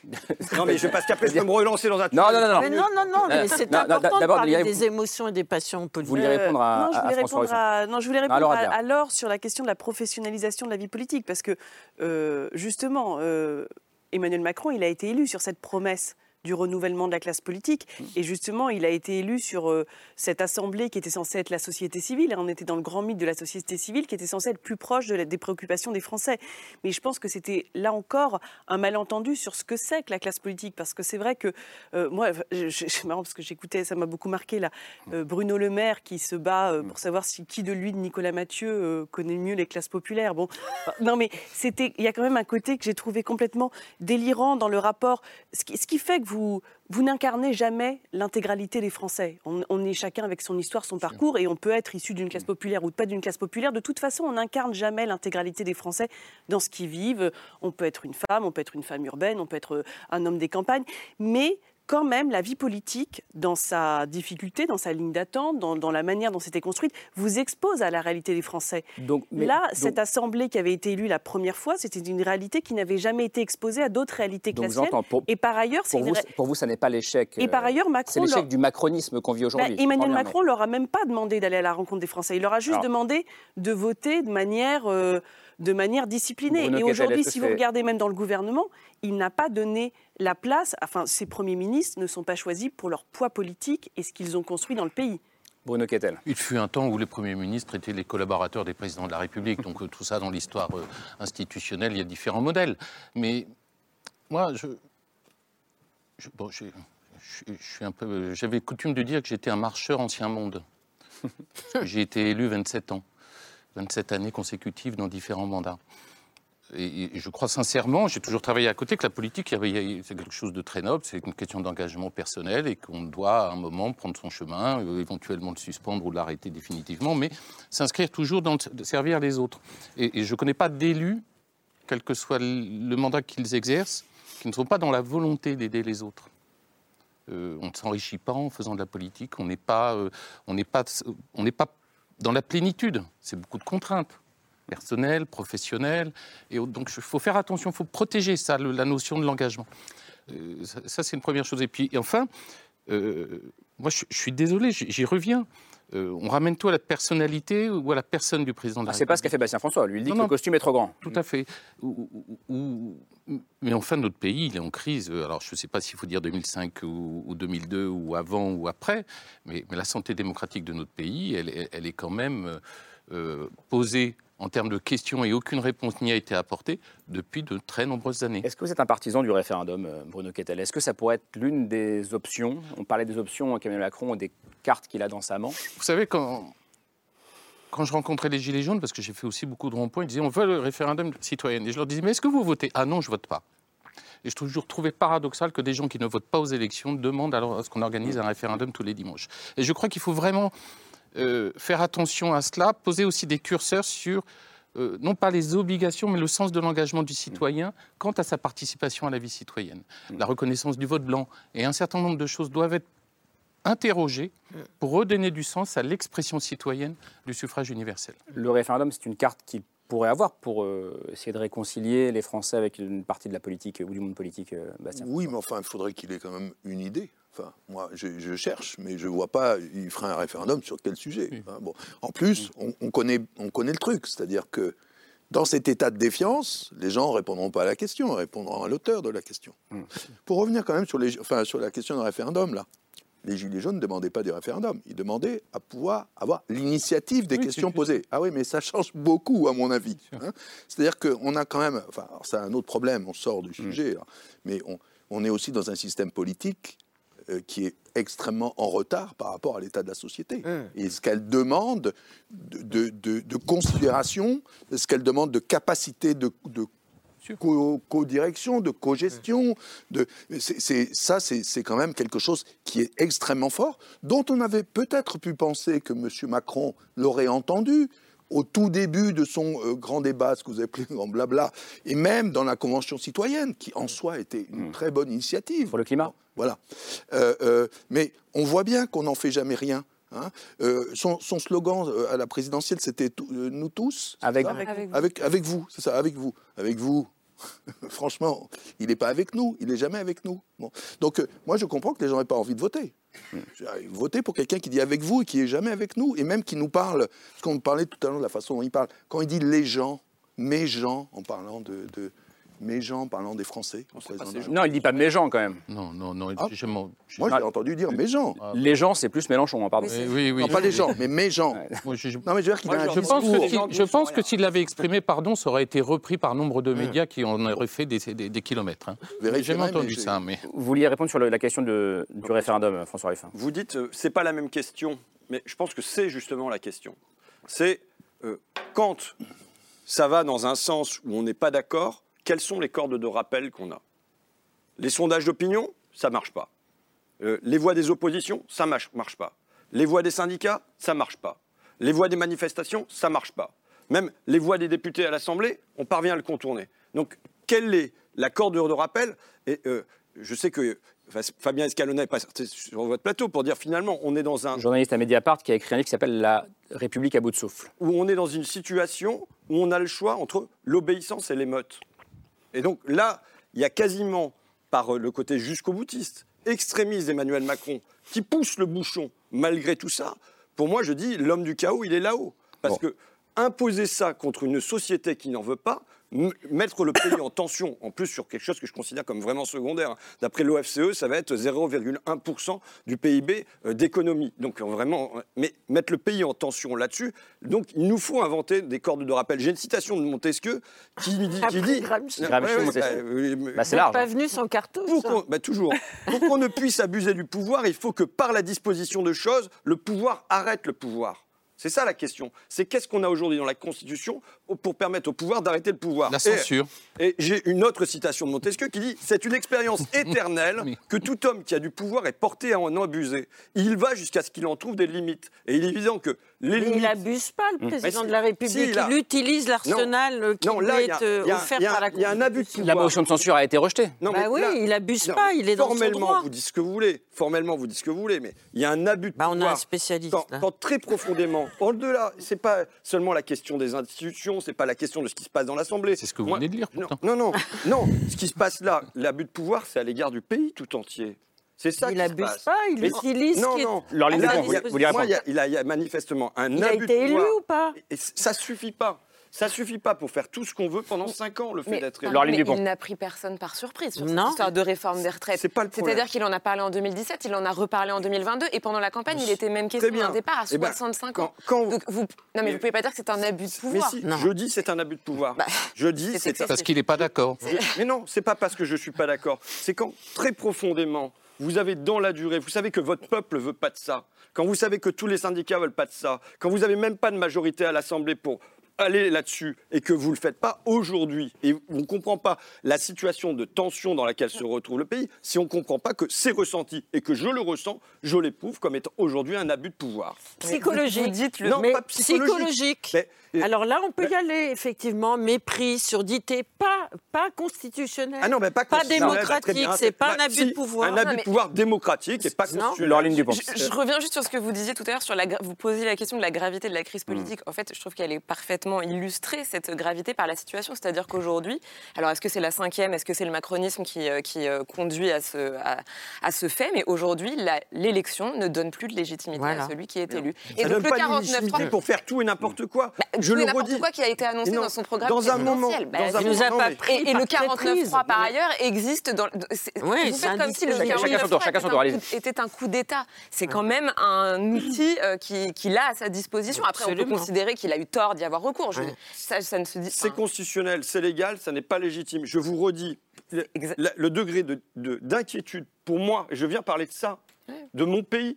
Non mais je parce qu'après je peux me relancer dans un. Non non non non. Mais non non non, mais c'est non, important de parler il... des émotions et des passions politiques. Vous voulez répondre à, euh, non, je voulais à François répondre à, non, je voulais répondre à, à, à Laure sur la question de la professionnalisation de la vie politique, parce que euh, justement. Euh, Emmanuel Macron, il a été élu sur cette promesse du renouvellement de la classe politique. Et justement, il a été élu sur euh, cette assemblée qui était censée être la société civile. Et on était dans le grand mythe de la société civile qui était censée être plus proche de la, des préoccupations des Français. Mais je pense que c'était, là encore, un malentendu sur ce que c'est que la classe politique. Parce que c'est vrai que, euh, moi, c'est marrant parce que j'écoutais, ça m'a beaucoup marqué, là, euh, Bruno Le Maire qui se bat euh, pour savoir si qui de lui, de Nicolas Mathieu, euh, connaît mieux les classes populaires. Bon, non mais c'était, il y a quand même un côté que j'ai trouvé complètement délirant dans le rapport. Ce qui, ce qui fait que vous Vous, vous n'incarnez jamais l'intégralité des Français. On, on est chacun avec son histoire, son parcours, et on peut être issu d'une classe populaire ou pas d'une classe populaire. De toute façon, on n'incarne jamais l'intégralité des Français dans ce qu'ils vivent. On peut être une femme, on peut être une femme urbaine, on peut être un homme des campagnes, mais quand même, la vie politique, dans sa difficulté, dans sa ligne d'attente, dans, dans la manière dont c'était construite, vous expose à la réalité des Français. Donc, mais, Là, donc, cette assemblée qui avait été élue la première fois, c'était une réalité qui n'avait jamais été exposée à d'autres réalités que la sienne. Pour, et par ailleurs, c'est pour, une... vous, pour vous, ça n'est pas l'échec. Et par ailleurs, Macron, c'est l'échec leur... du macronisme qu'on vit aujourd'hui. Bah, Emmanuel Macron ne leur a même pas demandé d'aller à la rencontre des Français. Il leur a juste Alors, demandé de voter de manière, euh, de manière disciplinée. Bruno et aujourd'hui, si vous fait... regardez même dans le gouvernement, il n'a pas donné la place, enfin, ces premiers ministres ne sont pas choisis pour leur poids politique et ce qu'ils ont construit dans le pays. Bruno Kettel. Il fut un temps où les premiers ministres étaient les collaborateurs des présidents de la République. Donc euh, tout ça, dans l'histoire euh, institutionnelle, il y a différents modèles. Mais moi, je, je, bon, je, je, je suis un peu. J'avais coutume de dire que j'étais un marcheur ancien monde. J'ai été élu vingt-sept ans, vingt-sept années consécutives dans différents mandats. Et je crois sincèrement, j'ai toujours travaillé à côté, que la politique, c'est quelque chose de très noble, c'est une question d'engagement personnel et qu'on doit à un moment prendre son chemin, éventuellement le suspendre ou l'arrêter définitivement, mais s'inscrire toujours dans le servir les autres. Et, et je ne connais pas d'élus, quel que soit le mandat qu'ils exercent, qui ne sont pas dans la volonté d'aider les autres. Euh, on ne s'enrichit pas en faisant de la politique, on n'est pas, euh, on n'est pas, on n'est pas dans la plénitude, c'est beaucoup de contraintes. Personnel, professionnel, et donc il faut faire attention, il faut protéger ça, le, la notion de l'engagement. Euh, ça, ça c'est une première chose. Et puis et enfin, euh, moi je, je suis désolé, j'y reviens. Euh, on ramène tout à la personnalité ou à la personne du président de la ah, République. C'est pas ce qu'a fait Bastien François, lui il dit non, que non, le costume est trop grand. Tout à fait. Ou, ou, ou, mais enfin notre pays il est en crise. Alors je ne sais pas s'il faut dire deux mille cinq ou, ou deux mille deux ou avant ou après, mais, mais la santé démocratique de notre pays, elle, elle, elle est quand même euh, posée en termes de questions et aucune réponse n'y a été apportée depuis de très nombreuses années. Est-ce que vous êtes un partisan du référendum, Bruno Kettel? Est-ce que ça pourrait être l'une des options? On parlait des options qu'Emmanuel Macron, des cartes qu'il a dans sa manche. Vous savez, quand, quand je rencontrais les Gilets jaunes, parce que j'ai fait aussi beaucoup de ronds-points, ils disaient on veut le référendum citoyen. Et je leur disais mais est-ce que vous votez? Ah non, je vote pas. Et je toujours trouvé paradoxal que des gens qui ne votent pas aux élections demandent alors à ce qu'on organise un référendum tous les dimanches. Et je crois qu'il faut vraiment euh, faire attention à cela, poser aussi des curseurs sur, euh, non pas les obligations, mais le sens de l'engagement du citoyen quant à sa participation à la vie citoyenne. La reconnaissance du vote blanc et un certain nombre de choses doivent être interrogées pour redonner du sens à l'expression citoyenne du suffrage universel. Le référendum, c'est une carte qui pourrait avoir pour euh, essayer de réconcilier les Français avec une partie de la politique euh, ou du monde politique, euh, Bastien? Oui, mais enfin, il faudrait qu'il ait quand même une idée. Enfin, moi, je, je cherche, mais je ne vois pas, il ferait un référendum sur quel sujet. Oui. Hein, bon. En plus, on, on, connaît, on connaît le truc, c'est-à-dire que dans cet état de défiance, les gens ne répondront pas à la question, répondront à l'auteur de la question. Mmh. Pour revenir quand même sur, les, enfin, sur la question du référendum, là, les Gilets jaunes ne demandaient pas des référendums, ils demandaient à pouvoir avoir l'initiative des oui, questions posées. Ah oui, mais ça change beaucoup, à mon avis. Hein. C'est-à-dire qu'on a quand même... Enfin, c'est un autre problème, on sort du sujet, là, mais on, on est aussi dans un système politique euh, qui est extrêmement en retard par rapport à l'état de la société. Mmh. Et ce qu'elle demande de, de, de, de considération, ce qu'elle demande de capacité de... de co-direction, de co-gestion, de, c'est, c'est, ça c'est, c'est quand même quelque chose qui est extrêmement fort, dont on avait peut-être pu penser que M. Macron l'aurait entendu au tout début de son euh, grand débat, ce que vous appelez grand blabla, et même dans la Convention citoyenne, qui en soi était une mmh. très bonne initiative. Pour le climat. Voilà. Euh, euh, mais on voit bien qu'on n'en fait jamais rien. Hein. Euh, son, son slogan à la présidentielle, c'était euh, « Nous tous ». Avec, avec, avec, avec vous, c'est ça, avec vous. Avec vous. Franchement, il n'est pas avec nous, il n'est jamais avec nous. Bon. Donc, euh, moi, je comprends que les gens n'aient pas envie de voter. Mmh. Voter pour quelqu'un qui dit avec vous et qui n'est jamais avec nous, et même qui nous parle, parce qu'on parlait tout à l'heure de la façon dont il parle, quand il dit les gens, mes gens, en parlant de... de mes gens, parlant des Français. Non, il ne dit pas mes gens, quand même. Non, non, non. Ah, je moi, je l'ai entendu dire mes gens. Les gens, c'est plus Mélenchon, hein, pardon. Oui, oui, oui. Non, pas les gens, mais mes gens. Ouais. Moi, je, non, mais je veux dire qu'il a un je pense que, je pense que s'il l'avait exprimé, pardon, ça aurait été repris par nombre de médias qui en auraient fait des, des, des kilomètres. Hein. J'ai jamais entendu mais ça. Mais... Vous vouliez répondre sur le, la question de, du référendum, François Ruffin? Vous dites, euh, c'est pas la même question, mais je pense que c'est justement la question. C'est euh, quand ça va dans un sens où on n'est pas d'accord, quelles sont les cordes de rappel qu'on a? Les sondages d'opinion, ça ne marche pas. Euh, les voix des oppositions, ça ne marche, marche pas. Les voix des syndicats, ça ne marche pas. Les voix des manifestations, ça ne marche pas. Même les voix des députés à l'Assemblée, on parvient à le contourner. Donc, quelle est la corde de rappel? Et euh, je sais que enfin, Fabien Escalona n'est pas sur votre plateau pour dire finalement, on est dans un... Journaliste à Mediapart qui a écrit un livre qui s'appelle « La République à bout de souffle ». Où on est dans une situation où on a le choix entre l'obéissance et l'émeute. Et donc là, il y a quasiment, par le côté jusqu'au-boutiste, extrémiste d'Emmanuel Macron, qui pousse le bouchon malgré tout ça. Pour moi, je dis, l'homme du chaos, il est là-haut. Parce bon. que imposer ça contre une société qui n'en veut pas, mettre le pays en tension, en plus sur quelque chose que je considère comme vraiment secondaire. D'après l'O F C E, ça va être zéro virgule un pour cent du P I B d'économie. Donc vraiment, mais mettre le pays en tension là-dessus, donc il nous faut inventer des cordes de rappel. J'ai une citation de Montesquieu qui dit... Qui dit Gramsci, ouais, ouais, Montesquieu. Bah, bah, c'est large. Pas venu sans cartouche. Pour bah, toujours. Pour qu'on ne puisse abuser du pouvoir, il faut que par la disposition de choses, le pouvoir arrête le pouvoir. C'est ça la question. C'est qu'est-ce qu'on a aujourd'hui dans la Constitution pour permettre au pouvoir d'arrêter le pouvoir. La censure. Et, et j'ai une autre citation de Montesquieu qui dit « C'est une expérience éternelle oui. que tout homme qui a du pouvoir est porté à en abuser. Il va jusqu'à ce qu'il en trouve des limites. » Et il est évident que les limites... Il n'abuse pas, le président si, de la République. Si, il, a... il utilise l'arsenal non, qui non, là, lui est a, offert a, par la Constitution. Il y a un abus de pouvoir. La motion de censure a été rejetée. Non, bah oui, là, il n'abuse pas, il est dans son droit. Formellement, vous dites ce que vous voulez. Formellement, vous dites ce que vous voulez, mais il y a un abus de bah, pouvoir. On a un spécialiste. Quand, quand très profondément, au-delà, c'est pas seulement la question des institutions, c'est pas la question de ce qui se passe dans l'Assemblée. C'est ce que vous Moi, venez de lire, pourtant. Non, non, non, non. Ce qui se passe là, l'abus de pouvoir, c'est à l'égard du pays tout entier. C'est ça il qui n'abuse se passe. pas, il mais utilise... Non, non. Alors, les là, vous, vous, vous moi, il y, a, il y a manifestement un il abus de pouvoir. Il a été élu ou pas? Et ça ne suffit pas. Ça suffit pas pour faire tout ce qu'on veut pendant cinq ans, le fait mais, d'être élu. Mais il n'a pris personne par surprise sur cette Non. histoire de réforme des retraites. C'est pas le problème. C'est-à-dire qu'il en a parlé en deux mille dix-sept, il en a reparlé en deux mille vingt-deux, et pendant la campagne, il était même question d'un départ à soixante-cinq ans. Quand, quand Donc vous, non, mais, mais vous pouvez pas dire que c'est un abus de pouvoir. Mais si, non. je dis c'est un abus de pouvoir. Bah, je dis c'est un... parce qu'il n'est pas d'accord. Mais non, c'est pas parce que je suis pas d'accord. C'est quand très profondément vous avez dans la durée, vous savez que votre peuple veut pas de ça. Quand vous savez que tous les syndicats veulent pas de ça. Quand vous avez même pas de majorité à l'Assemblée pour aller là-dessus et que vous ne le faites pas aujourd'hui et on ne comprend pas la situation de tension dans laquelle se retrouve le pays, si on ne comprend pas que c'est ressenti et que je le ressens, je l'éprouve comme étant aujourd'hui un abus de pouvoir. Psychologique. Vous dites le... Non, mais pas psychologique. psychologique. Mais, euh, Alors là, on peut mais, y aller, effectivement. Mépris, surdité, pas, pas constitutionnel, ah non, mais pas, pas démocratique, c'est pas bah, un abus si, de pouvoir. Un abus non, mais... de pouvoir démocratique et pas constitutionnel. Je, je reviens juste sur ce que vous disiez tout à l'heure, sur la, vous posiez la question de la gravité de la crise politique. Mmh. En fait, je trouve qu'elle est parfaitement illustrée, cette gravité, par la situation. C'est-à-dire qu'aujourd'hui, alors est-ce que c'est la cinquième, est-ce que c'est le macronisme qui, qui euh, conduit à ce, à, à ce fait? Mais aujourd'hui, la, l'élection ne donne plus de légitimité voilà. à celui qui est élu. Et ça donc donne le pas quarante-neuf trois pour faire tout et n'importe quoi. Bah, je tout le et n'importe redis. quoi qui a été annoncé non, dans son programme dans un moment, bah, dans un nous moment, a pas mais... pris et, et le quarante-neuf trois par ailleurs existe dans. Oui, vous faites comme si le quarante-neuf trois était un coup d'État. C'est quand même un outil euh, qu'il qui a à sa disposition. Après, Absolument. on peut considérer qu'il a eu tort d'y avoir recours. Je, ça, ça ne se dit. C'est constitutionnel, c'est légal, ça n'est pas légitime. Je vous redis, le, le degré de, de, d'inquiétude pour moi, et je viens parler de ça, ouais. de mon pays,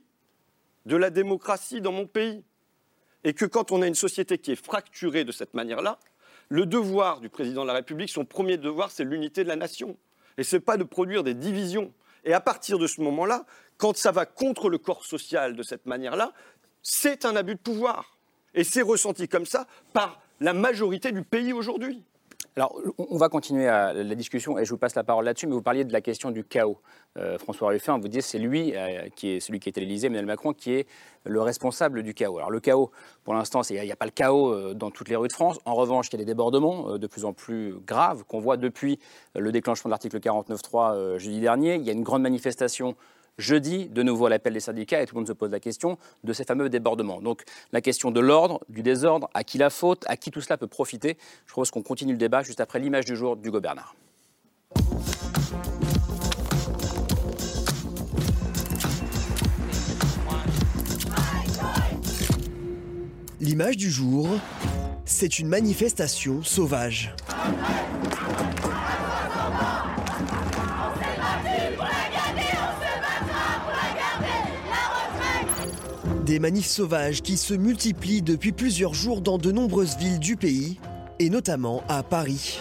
de la démocratie dans mon pays, et que quand on a une société qui est fracturée de cette manière-là, le devoir du président de la République, son premier devoir, c'est l'unité de la nation. Et ce n'est pas de produire des divisions. Et à partir de ce moment-là, quand ça va contre le corps social de cette manière-là, c'est un abus de pouvoir. Et c'est ressenti comme ça par la majorité du pays aujourd'hui. Alors, on va continuer à la discussion et je vous passe la parole là-dessus, mais vous parliez de la question du chaos. Euh, François Ruffin, vous disiez c'est lui, euh, qui est celui qui est à l'Élysée, Emmanuel Macron, qui est le responsable du chaos. Alors le chaos, pour l'instant, il n'y a, a pas le chaos euh, dans toutes les rues de France. En revanche, il y a des débordements euh, de plus en plus graves qu'on voit depuis le déclenchement de l'article quarante-neuf trois euh, jeudi dernier. Il y a une grande manifestation jeudi, de nouveau à l'appel des syndicats, et tout le monde se pose la question de ces fameux débordements. Donc la question de l'ordre, du désordre, à qui la faute, à qui tout cela peut profiter. Je propose qu'on continue le débat juste après l'image du jour d'Hugo Bernard. L'image du jour, c'est une manifestation sauvage. Des manifs sauvages qui se multiplient depuis plusieurs jours dans de nombreuses villes du pays, et notamment à Paris.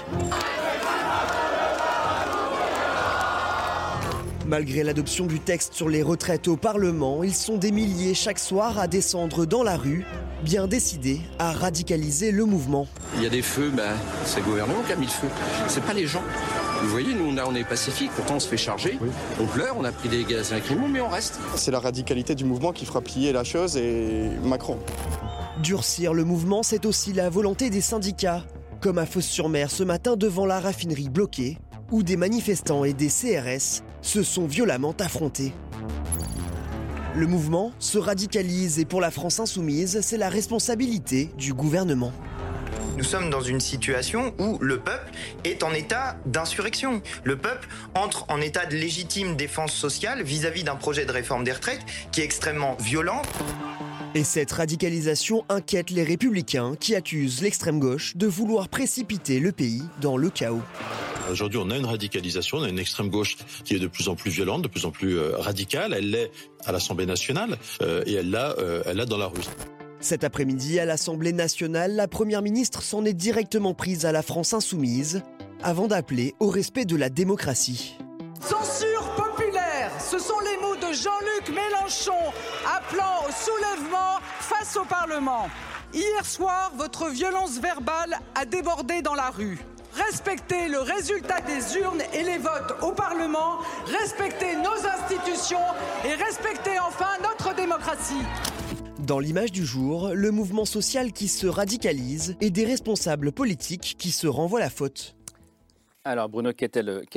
Malgré l'adoption du texte sur les retraites au Parlement, ils sont des milliers chaque soir à descendre dans la rue, bien décidés à radicaliser le mouvement. Il y a des feux, ben, c'est le gouvernement qui a mis le feu, c'est pas les gens. Vous voyez, nous, on est pacifique, pourtant on se fait charger, oui. On pleure, on a pris des gaz lacrymaux, mais on reste. C'est la radicalité du mouvement qui fera plier la chose et Macron. Durcir le mouvement, c'est aussi la volonté des syndicats, comme à Fos-sur-Mer ce matin devant la raffinerie bloquée, où des manifestants et des C R S se sont violemment affrontés. Le mouvement se radicalise et pour la France insoumise, c'est la responsabilité du gouvernement. Nous sommes dans une situation où le peuple est en état d'insurrection. Le peuple entre en état de légitime défense sociale vis-à-vis d'un projet de réforme des retraites qui est extrêmement violent. Et cette radicalisation inquiète les Républicains qui accusent l'extrême gauche de vouloir précipiter le pays dans le chaos. Aujourd'hui, on a une radicalisation, on a une extrême gauche qui est de plus en plus violente, de plus en plus euh, radicale. Elle l'est à l'Assemblée nationale euh, et elle l'a, euh, elle l'a dans la rue. Cet après-midi, à l'Assemblée nationale, la Première ministre s'en est directement prise à la France insoumise, avant d'appeler au respect de la démocratie. Censure populaire, ce sont les mots de Jean-Luc Mélenchon, appelant au soulèvement face au Parlement. Hier soir, votre violence verbale a débordé dans la rue. Respectez le résultat des urnes et les votes au Parlement, respectez nos institutions et respectez enfin notre démocratie. Dans l'image du jour, le mouvement social qui se radicalise et des responsables politiques qui se renvoient la faute. Alors Bruno Kettel, quelle est votre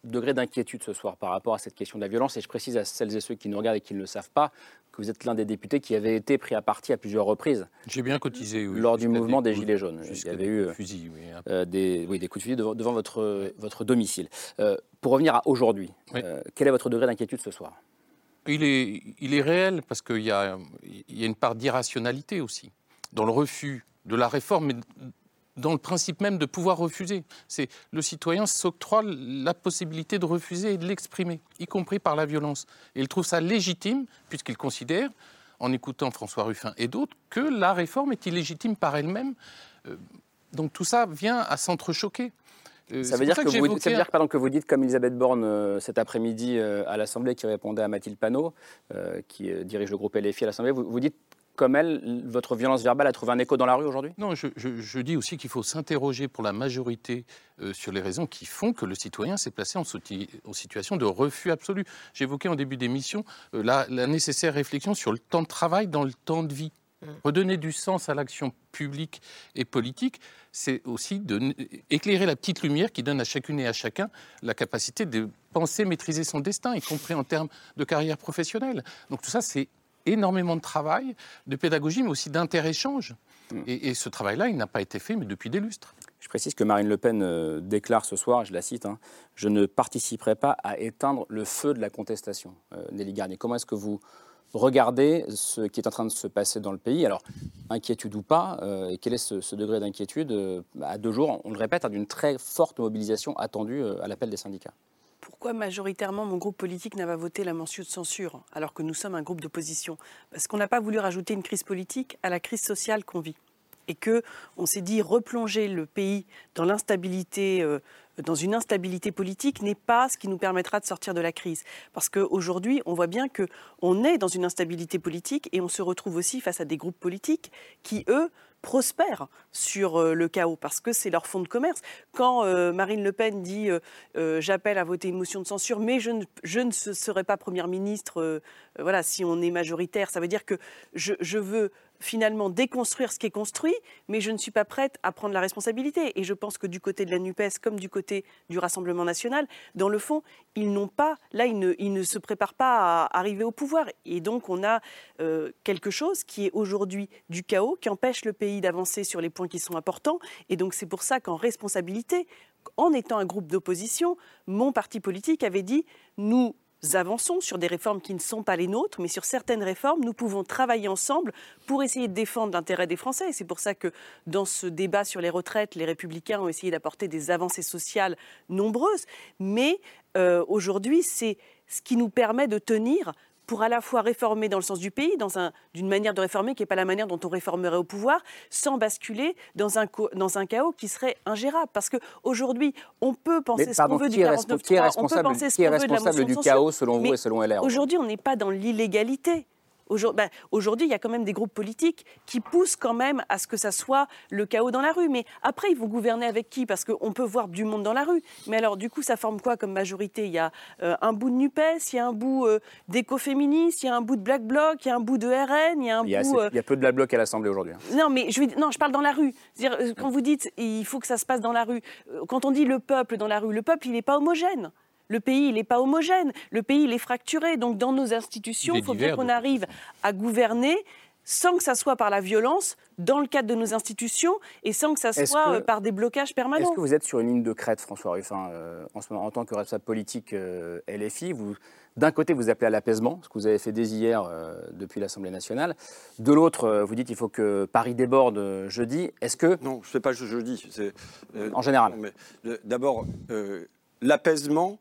degré d'inquiétude ce soir par rapport à cette question de la violence. Et je précise à celles et ceux qui nous regardent et qui ne le savent pas que vous êtes l'un des députés qui avait été pris à partie à plusieurs reprises. J'ai bien cotisé, oui. Lors du mouvement des, des Gilets jaunes. Il y avait eu fusils, oui, euh, des, oui, des coups de fusil devant, devant votre, votre domicile. Euh, pour revenir à aujourd'hui, oui. euh, quel est votre degré d'inquiétude ce soir ? Il est, il est réel parce qu'il y a, il y a une part d'irrationalité aussi dans le refus de la réforme, mais dans le principe même de pouvoir refuser. C'est, le citoyen s'octroie la possibilité de refuser et de l'exprimer, y compris par la violence. Et il trouve ça légitime, puisqu'il considère, en écoutant François Ruffin et d'autres, que la réforme est illégitime par elle-même. Euh, donc tout ça vient à s'entrechoquer. Euh, ça veut dire, que, que, vous, ça veut dire pardon, que vous dites, comme Elisabeth Borne euh, cet après-midi euh, à l'Assemblée, qui répondait à Mathilde Panot, euh, qui euh, dirige le groupe L F I à l'Assemblée, vous, vous dites, comme elle, votre violence verbale a trouvé un écho dans la rue aujourd'hui ? Non, je, je, je dis aussi qu'il faut s'interroger pour la majorité euh, sur les raisons qui font que le citoyen s'est placé en, en situation de refus absolu. J'évoquais en début d'émission euh, la, la nécessaire réflexion sur le temps de travail dans le temps de vie. Redonner du sens à l'action publique et politique, c'est aussi de, éclairer la petite lumière qui donne à chacune et à chacun la capacité de penser, maîtriser son destin, y compris en termes de carrière professionnelle. Donc tout ça, c'est énormément de travail, de pédagogie, mais aussi d'inter-échange. Mmh. Et, et ce travail-là, il n'a pas été fait, mais depuis des lustres. Je précise que Marine Le Pen euh, déclare ce soir, je la cite, hein, « Je ne participerai pas à éteindre le feu de la contestation ». Euh, Nelly Garnier, comment est-ce que vous regardez ce qui est en train de se passer dans le pays? Alors, inquiétude ou pas, euh, et quel est ce, ce degré d'inquiétude euh, à deux jours, on le répète, hein, d'une très forte mobilisation attendue euh, à l'appel des syndicats? Pourquoi majoritairement mon groupe politique n'a pas voté la motion de censure alors que nous sommes un groupe d'opposition? Parce qu'on n'a pas voulu rajouter une crise politique à la crise sociale qu'on vit. Et qu'on s'est dit replonger le pays dans l'instabilité, euh, dans une instabilité politique n'est pas ce qui nous permettra de sortir de la crise. Parce qu'aujourd'hui, on voit bien qu'on est dans une instabilité politique et on se retrouve aussi face à des groupes politiques qui, eux, prospèrent sur euh, le chaos, parce que c'est leur fonds de commerce. Quand euh, Marine Le Pen dit euh, euh, « j'appelle à voter une motion de censure, mais je ne, je ne serai pas Première ministre euh, euh, voilà, si on est majoritaire », ça veut dire que je, je veux finalement déconstruire ce qui est construit, mais je ne suis pas prête à prendre la responsabilité. Et je pense que du côté de la NUPES, comme du côté du Rassemblement national, dans le fond, ils n'ont pas, là, ils ne, ils ne se préparent pas à arriver au pouvoir. Et donc, on a euh, quelque chose qui est aujourd'hui du chaos, qui empêche le pays d'avancer sur les points qui sont importants. Et donc, c'est pour ça qu'en responsabilité, en étant un groupe d'opposition, mon parti politique avait dit « nous avançons sur des réformes qui ne sont pas les nôtres, mais sur certaines réformes, nous pouvons travailler ensemble pour essayer de défendre l'intérêt des Français. » Et c'est pour ça que dans ce débat sur les retraites, les Républicains ont essayé d'apporter des avancées sociales nombreuses. Mais euh, aujourd'hui, c'est ce qui nous permet de tenir pour à la fois réformer dans le sens du pays, dans un, d'une manière de réformer qui n'est pas la manière dont on réformerait au pouvoir, sans basculer dans un, dans un chaos qui serait ingérable. Parce qu'aujourd'hui, on peut penser mais, ce pardon, qu'on veut qui du quarante-neuf trois, on peut penser ce qu'on veut de la motion de censure. Qui est responsable du chaos selon vous et selon L R? Aujourd'hui, on n'est pas dans l'illégalité. Aujourd'hui, ben, aujourd'hui, il y a quand même des groupes politiques qui poussent quand même à ce que ça soit le chaos dans la rue. Mais après, ils vont gouverner avec qui? Parce qu'on peut voir du monde dans la rue. Mais alors, du coup, ça forme quoi comme majorité? Il y a euh, un bout de NUPES, il y a un bout euh, d'écoféministes, il y a un bout de Black Bloc, il y a un bout de R N, il y a un il y a bout... Assez, euh... Il y a peu de Black Bloc à l'Assemblée aujourd'hui. Non, mais je, non, je parle dans la rue. C'est-à-dire, quand vous dites il faut que ça se passe dans la rue, quand on dit le peuple dans la rue, le peuple, il n'est pas homogène. Le pays, il n'est pas homogène. Le pays, il est fracturé. Donc, dans nos institutions, il faut bien qu'on arrive à gouverner sans que ça soit par la violence, dans le cadre de nos institutions, et sans que ça soit que, par des blocages permanents. Est-ce que vous êtes sur une ligne de crête, François Ruffin, euh, en ce moment, en tant que responsable politique euh, L F I? Vous, d'un côté, vous appelez à l'apaisement, ce que vous avez fait dès hier euh, depuis l'Assemblée nationale. De l'autre, euh, vous dites qu'il faut que Paris déborde euh, jeudi. Est-ce que... Non, je ne fais pas jeudi. C'est, euh, en général. Mais, euh, d'abord, euh, l'apaisement...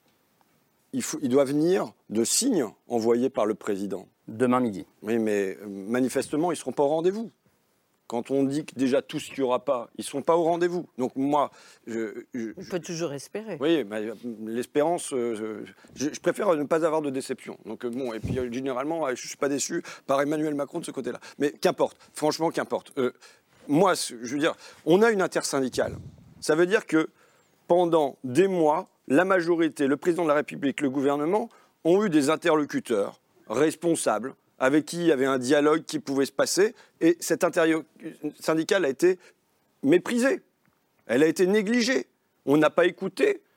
Il, faut, il doit venir de signes envoyés par le président. Demain midi. Oui, mais manifestement, ils ne seront pas au rendez-vous. Quand on dit que déjà tout ce qu'il n'y aura pas, ils ne sont pas au rendez-vous. Donc moi... Je, je, on peut toujours espérer. Oui, mais l'espérance... Euh, je, je préfère ne pas avoir de déception. Donc bon, et puis généralement, je ne suis pas déçu par Emmanuel Macron de ce côté-là. Mais qu'importe, franchement, qu'importe. Euh, moi, je veux dire, on a une intersyndicale. Ça veut dire que pendant des mois... la majorité, le président de la République, le gouvernement, ont eu des interlocuteurs responsables avec qui il y avait un dialogue qui pouvait se passer. Et cette intersyndicale a été méprisée. Elle a été négligée. On n'a pas écouté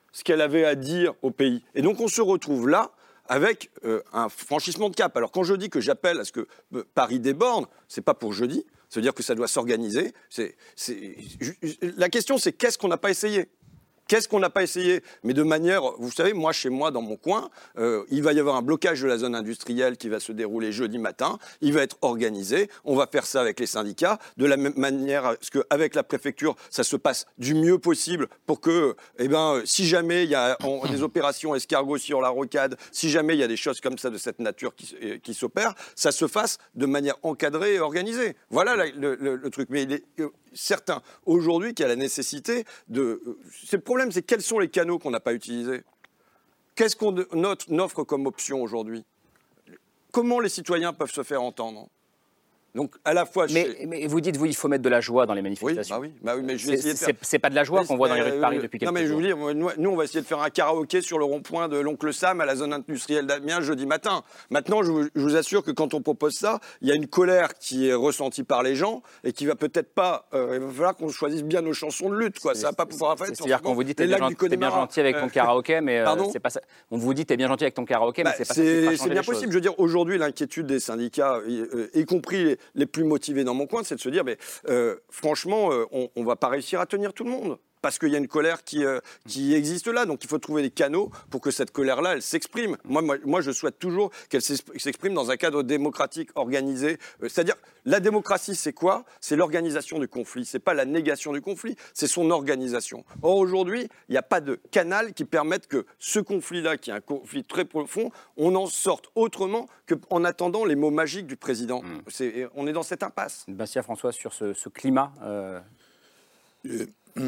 ce qu'elle avait à dire au pays. Et donc on se retrouve là avec euh, un franchissement de cap. Alors quand je dis que j'appelle à ce que euh, Paris déborde, c'est pas pour jeudi, ça veut dire que ça doit s'organiser. C'est, c'est... La question c'est qu'est-ce qu'on n'a pas essayé ? Qu'est-ce qu'on n'a pas essayé ? Mais de manière, vous savez, moi, chez moi, dans mon coin, euh, il va y avoir un blocage de la zone industrielle qui va se dérouler jeudi matin. Il va être organisé. On va faire ça avec les syndicats, de la même manière à ce qu'avec la préfecture, ça se passe du mieux possible pour que, eh ben, si jamais il y a on, des opérations escargots sur la rocade, si jamais il y a des choses comme ça de cette nature qui, qui s'opèrent, ça se fasse de manière encadrée et organisée. Voilà la, le, le, le truc. Mais il est euh, certain, aujourd'hui, qu'il y a la nécessité de... Euh, c'est le problème. Le problème, c'est quels sont les canaux qu'on n'a pas utilisés ? Qu'est-ce qu'on offre comme option aujourd'hui ? Comment les citoyens peuvent se faire entendre ? Donc, à la fois... Mais, chez... mais vous dites, oui, il faut mettre de la joie dans les manifestations. Oui, bah oui, bah oui mais je vais essayer de faire... C'est pas de la joie qu'on voit dans les rues de Paris depuis quelques jours. Non, mais je veux dire, nous, on va essayer de faire un karaoké sur le rond-point de l'Oncle Sam à la zone industrielle d'Amiens jeudi matin. Maintenant, je vous, je vous assure que quand on propose ça, il y a une colère qui est ressentie par les gens et qui va peut-être pas... Euh, il va falloir qu'on choisisse bien nos chansons de lutte, quoi. Ça va pas pouvoir faire... C'est-à-dire qu'on vous dit, t'es bien, gentil, t'es bien gentil avec ton karaoké, mais euh, c'est pas ça. On vous dit, t'es bien gentil avec ton karaoké, mais bah, c'est pas ça qui fera changer C'est bien possible. choses. Je veux dire, aujourd'hui, l'inquiétude des syndicats, y compris les, les plus motivés dans mon coin, c'est de se dire, mais euh, franchement, euh, on ne va pas réussir à tenir tout le monde. Parce qu'il y a une colère qui, euh, qui existe là. Donc il faut trouver des canaux pour que cette colère-là, elle s'exprime. Moi, moi, moi, je souhaite toujours qu'elle s'exprime dans un cadre démocratique, organisé. Euh, C'est-à-dire, la démocratie, c'est quoi ? C'est l'organisation du conflit. C'est pas la négation du conflit, c'est son organisation. Or, aujourd'hui, il n'y a pas de canal qui permette que ce conflit-là, qui est un conflit très profond, on en sorte autrement qu'en attendant les mots magiques du président. Mmh. C'est, on est dans cette impasse. Bastien François, sur ce, ce climat... Euh... Euh...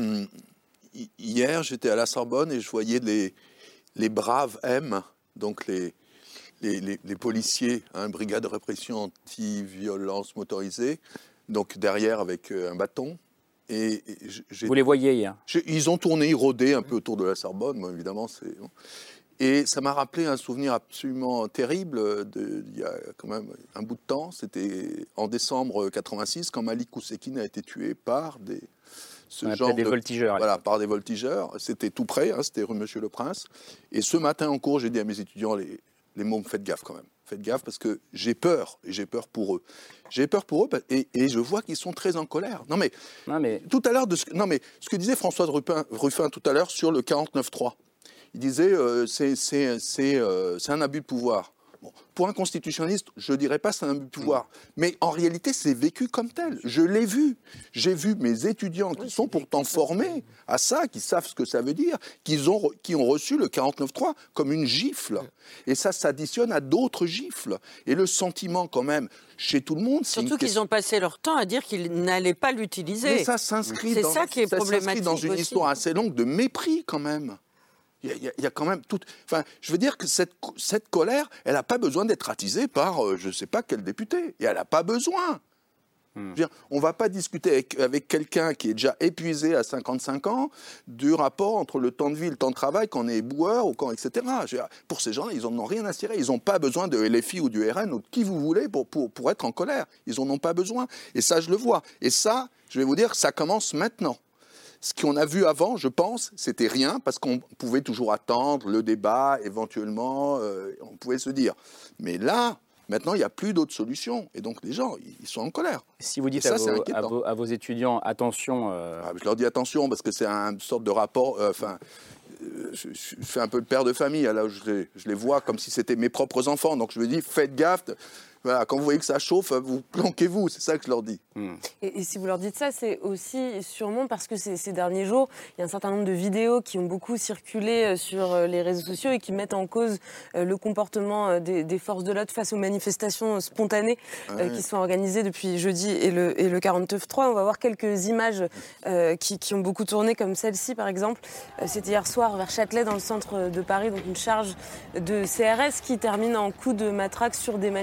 Hier, j'étais à la Sorbonne et je voyais les, les braves M, donc les, les, les, les policiers, hein, brigade de répression anti-violence motorisée, donc derrière avec un bâton. Et, et Vous les voyez hier ? Ils ont tourné, ils rôdaient un peu autour de la Sorbonne, moi, évidemment. C'est... Et ça m'a rappelé un souvenir absolument terrible de, il y a quand même un bout de temps. C'était en décembre quatre-vingt-six, quand Malik Oussekine a été tué par des... Ce On genre des de, voltigeurs. Voilà, par des voltigeurs. C'était tout près, hein, c'était rue Monsieur le Prince. Et ce matin en cours, j'ai dit à mes étudiants, les, les mots, faites gaffe quand même. Faites gaffe parce que j'ai peur, et j'ai peur pour eux. J'ai peur pour eux, et, et je vois qu'ils sont très en colère. Non mais, non, mais... tout à l'heure, de ce, non, mais, ce que disait Françoise Ruffin, Ruffin tout à l'heure sur le quarante-neuf trois, il disait euh, c'est, c'est, c'est, euh, c'est un abus de pouvoir. Bon, pour un constitutionnaliste, je ne dirais pas c'est un abus de pouvoir. Mais en réalité, c'est vécu comme tel. Je l'ai vu. J'ai vu mes étudiants qui sont pourtant formés à ça, qui savent ce que ça veut dire, qui ont, qui ont reçu le quarante-neuf trois comme une gifle. Et ça s'additionne à d'autres gifles. Et le sentiment quand même, chez tout le monde... C'est Surtout qu'ils question... ont passé leur temps à dire qu'ils n'allaient pas l'utiliser. Mais ça s'inscrit, c'est dans, ça qui est ça problématique dans une aussi. histoire assez longue de mépris quand même. Il y, a, il y a quand même tout. Enfin, je veux dire que cette, cette colère, elle n'a pas besoin d'être attisée par euh, je ne sais pas quel député. Et elle n'a pas besoin. Hmm. Je veux dire, on ne va pas discuter avec, avec quelqu'un qui est déjà épuisé à cinquante-cinq ans du rapport entre le temps de vie et le temps de travail, quand on est boueur ou quand, et cetera. Je veux dire, pour ces gens-là, ils n'en ont rien à cirer. Ils n'ont pas besoin de L F I ou du R N ou de qui vous voulez pour, pour, pour être en colère. Ils n'en ont pas besoin. Et ça, je le vois. Et ça, je vais vous dire, ça commence maintenant. Ce qu'on a vu avant, je pense, c'était rien, parce qu'on pouvait toujours attendre le débat, éventuellement, euh, on pouvait se dire. Mais là, maintenant, il n'y a plus d'autres solutions. Et donc, les gens, ils sont en colère. Si vous dites ça, à, vos, à, vos, à vos étudiants, attention... Euh... Ah, je leur dis attention, parce que c'est une sorte de rapport... Enfin, euh, je, je fais un peu le père de famille, là, je les, je les vois comme si c'était mes propres enfants. Donc, je me dis, faites gaffe... Voilà, quand vous voyez que ça chauffe, vous planquez-vous, c'est ça que je leur dis. Mmh. Et, et si vous leur dites ça, c'est aussi sûrement parce que ces, ces derniers jours, il y a un certain nombre de vidéos qui ont beaucoup circulé sur les réseaux sociaux et qui mettent en cause le comportement des, des forces de l'ordre face aux manifestations spontanées ouais. euh, qui sont organisées depuis jeudi et le, et le quarante-neuf trois. On va voir quelques images euh, qui, qui ont beaucoup tourné, comme celle-ci par exemple. Euh, c'était hier soir vers Châtelet, dans le centre de Paris, donc une charge de C R S qui termine en coup de matraque sur des manifestants qui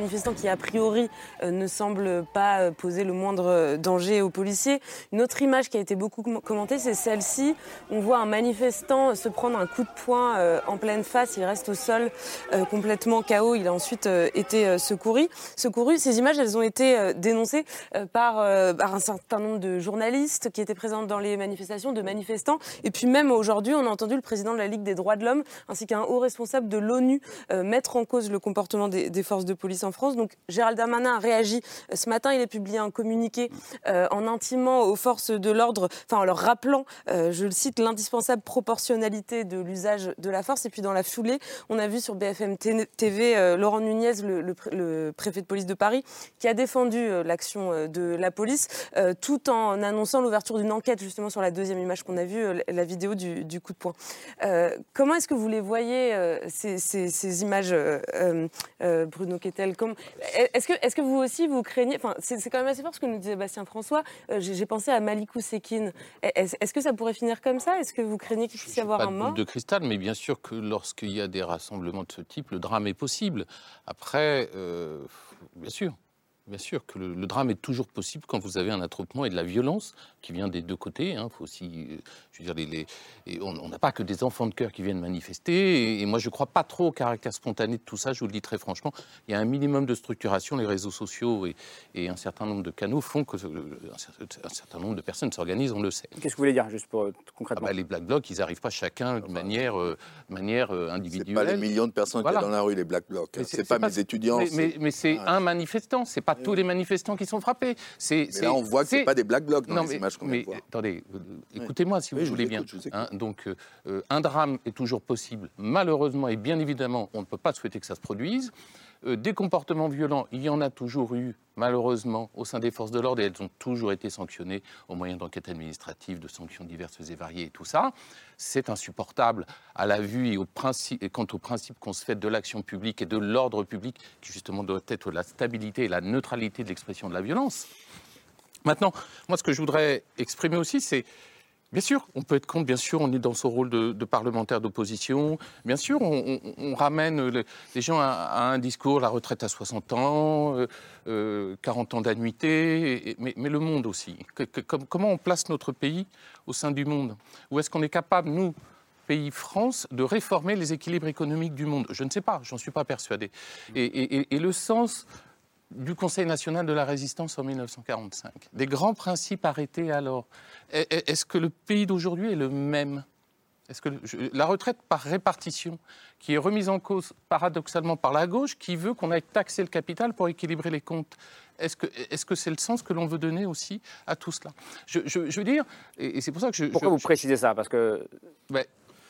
qui a priori euh, ne semble pas poser le moindre danger aux policiers. Une autre image qui a été beaucoup commentée, c'est celle-ci. On voit un manifestant se prendre un coup de poing euh, en pleine face, il reste au sol euh, complètement K O, il a ensuite euh, été euh, secouru. secouru. Ces images, elles ont été euh, dénoncées euh, par, euh, par un certain nombre de journalistes qui étaient présents dans les manifestations, de manifestants. Et puis même aujourd'hui, on a entendu le président de la Ligue des droits de l'homme ainsi qu'un haut responsable de l'ONU euh, mettre en cause le comportement des, des forces de police en France. Donc Gérald Darmanin a réagi. Ce matin, il a publié un communiqué euh, en intimant aux forces de l'ordre, enfin en leur rappelant, euh, je le cite, l'indispensable proportionnalité de l'usage de la force. Et puis dans la foulée, on a vu sur B F M T V euh, Laurent Nunez, le, le, le préfet de police de Paris, qui a défendu euh, l'action euh, de la police, euh, tout en annonçant l'ouverture d'une enquête justement sur la deuxième image qu'on a vue, euh, la vidéo du, du coup de poing. Euh, comment est-ce que vous les voyez, euh, ces, ces, ces images, euh, euh, Bruno Kettel? Comme, est-ce que, est-ce que vous aussi, vous craignez, enfin, c'est, c'est quand même assez fort ce que nous disait Bastien François, euh, j'ai, j'ai pensé à Malikou Sekine. Est-ce, est-ce que ça pourrait finir comme ça? Est-ce que vous craignez qu'il puisse y avoir un mort? Pas de boule de cristal, mais bien sûr que lorsqu'il y a des rassemblements de ce type, le drame est possible. Après, euh, bien sûr. Bien sûr que le, le drame est toujours possible quand vous avez un attroupement et de la violence qui vient des deux côtés. Hein. Faut aussi, je veux dire, les, les, et on n'a pas que des enfants de cœur qui viennent manifester. Et, et moi, je ne crois pas trop au caractère spontané de tout ça. Je vous le dis très franchement. Il y a un minimum de structuration. Les réseaux sociaux et, et un certain nombre de canaux font que un, un certain nombre de personnes s'organisent. On le sait. Qu'est-ce que vous voulez dire, juste pour, concrètement? Ah bah, les Black Blocs, ils n'arrivent pas chacun de manière, euh, manière euh, individuelle. C'est pas les millions de personnes voilà. qui sont dans la rue, les Black Blocs. Mais c'est, c'est, c'est pas, pas mes étudiants. Mais, c'est, mais, mais c'est ah. un manifestant. C'est pas tous les manifestants qui sont frappés. C'est, mais c'est, là, on voit que c'est c'est pas des Black Blocs dans non, les mais, images qu'on mais, vient de voir. Attendez, euh, écoutez-moi si oui, vous voulez écoute, bien. Hein, donc, euh, un drame est toujours possible. Malheureusement, et bien évidemment, on ne peut pas souhaiter que ça se produise. Euh, des comportements violents, il y en a toujours eu, malheureusement, au sein des forces de l'ordre, et elles ont toujours été sanctionnées au moyen d'enquêtes administratives, de sanctions diverses et variées et tout ça. C'est insupportable à la vue et, au principe, et quant au principe qu'on se fait de l'action publique et de l'ordre public, qui justement doit être la stabilité et la neutralité de l'expression de la violence. Maintenant, moi, ce que je voudrais exprimer aussi, c'est bien sûr, on peut être contre, bien sûr, on est dans son rôle de, de parlementaire d'opposition, bien sûr, on, on, on ramène le, les gens à, à un discours, la retraite à soixante ans, euh, euh, quarante ans d'annuité, et, mais, mais le monde aussi. Que, que, comment on place notre pays au sein du monde? Ou est-ce qu'on est capable, nous, pays France, de réformer les équilibres économiques du monde? Je ne sais pas, j'en suis pas persuadé. Et, et, et le sens du Conseil national de la résistance en mille neuf cent quarante-cinq. Des grands principes arrêtés alors. Est-ce que le pays d'aujourd'hui est le même? Est-ce que la retraite par répartition, qui est remise en cause paradoxalement par la gauche, qui veut qu'on aille taxer le capital pour équilibrer les comptes, est-ce que, est-ce que c'est le sens que l'on veut donner aussi à tout cela? je, je, je veux dire, et c'est pour ça que je... Pourquoi je, vous précisez ça? Parce que... Ben,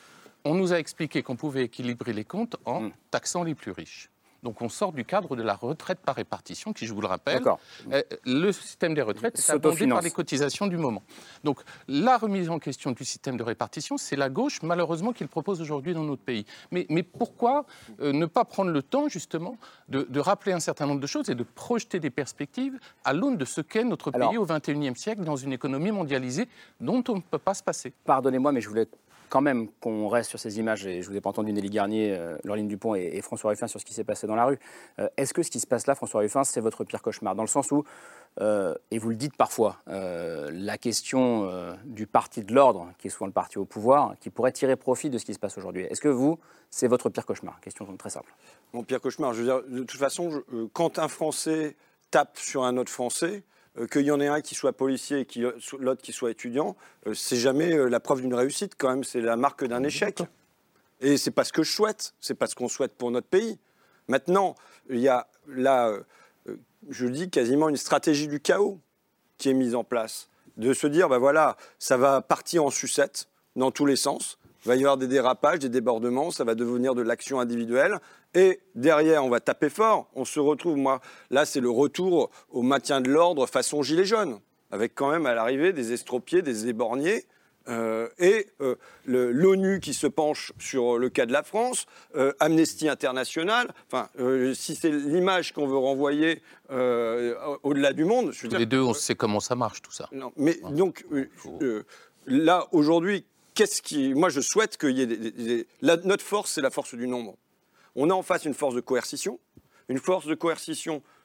on nous a expliqué qu'on pouvait équilibrer les comptes en mmh. taxant les plus riches. Donc on sort du cadre de la retraite par répartition, qui, je vous le rappelle, euh, le système des retraites est abondé par les cotisations du moment. Donc la remise en question du système de répartition, c'est la gauche, malheureusement, qui le propose aujourd'hui dans notre pays. Mais, mais pourquoi euh, ne pas prendre le temps, justement, de, de rappeler un certain nombre de choses et de projeter des perspectives à l'aune de ce qu'est notre pays Alors, au vingt et unième siècle, dans une économie mondialisée dont on ne peut pas se passer? Pardonnez-moi, mais je voulais quand même qu'on reste sur ces images, et je ne vous ai pas entendu Nelly Garnier, euh, Laureline Dupont et, et François Ruffin sur ce qui s'est passé dans la rue. Euh, est-ce que ce qui se passe là, François Ruffin, c'est votre pire cauchemar? Dans le sens où, euh, et vous le dites parfois, euh, la question euh, du parti de l'ordre, qui est souvent le parti au pouvoir, qui pourrait tirer profit de ce qui se passe aujourd'hui. Est-ce que vous, c'est votre pire cauchemar? Question très simple. Mon pire cauchemar, je veux dire, de toute façon, je, euh, quand un Français tape sur un autre Français, Euh, qu'il y en ait un qui soit policier et qui, l'autre qui soit étudiant, euh, c'est jamais euh, la preuve d'une réussite quand même, c'est la marque d'un échec. Et c'est pas ce que je souhaite, c'est pas ce qu'on souhaite pour notre pays. Maintenant, il y a là, euh, je dis quasiment une stratégie du chaos qui est mise en place, de se dire, ben voilà, ça va partir en sucette dans tous les sens, il va y avoir des dérapages, des débordements, ça va devenir de l'action individuelle. Et derrière, on va taper fort. On se retrouve, moi, là, c'est le retour au maintien de l'ordre façon gilet jaune, avec quand même à l'arrivée des estropiés, des éborgnés, euh, et euh, le, l'ONU qui se penche sur le cas de la France, euh, Amnesty International. Enfin, euh, si c'est l'image qu'on veut renvoyer euh, au-delà du monde, je veux dire, les deux, on sait comment ça marche, tout ça. Non, mais ouais. donc euh, euh, là, aujourd'hui, qu'est-ce qui, moi, je souhaite qu'il y ait des, des, des... La, notre force, c'est la force du nombre. On a en face une force de coercition, une force de coercition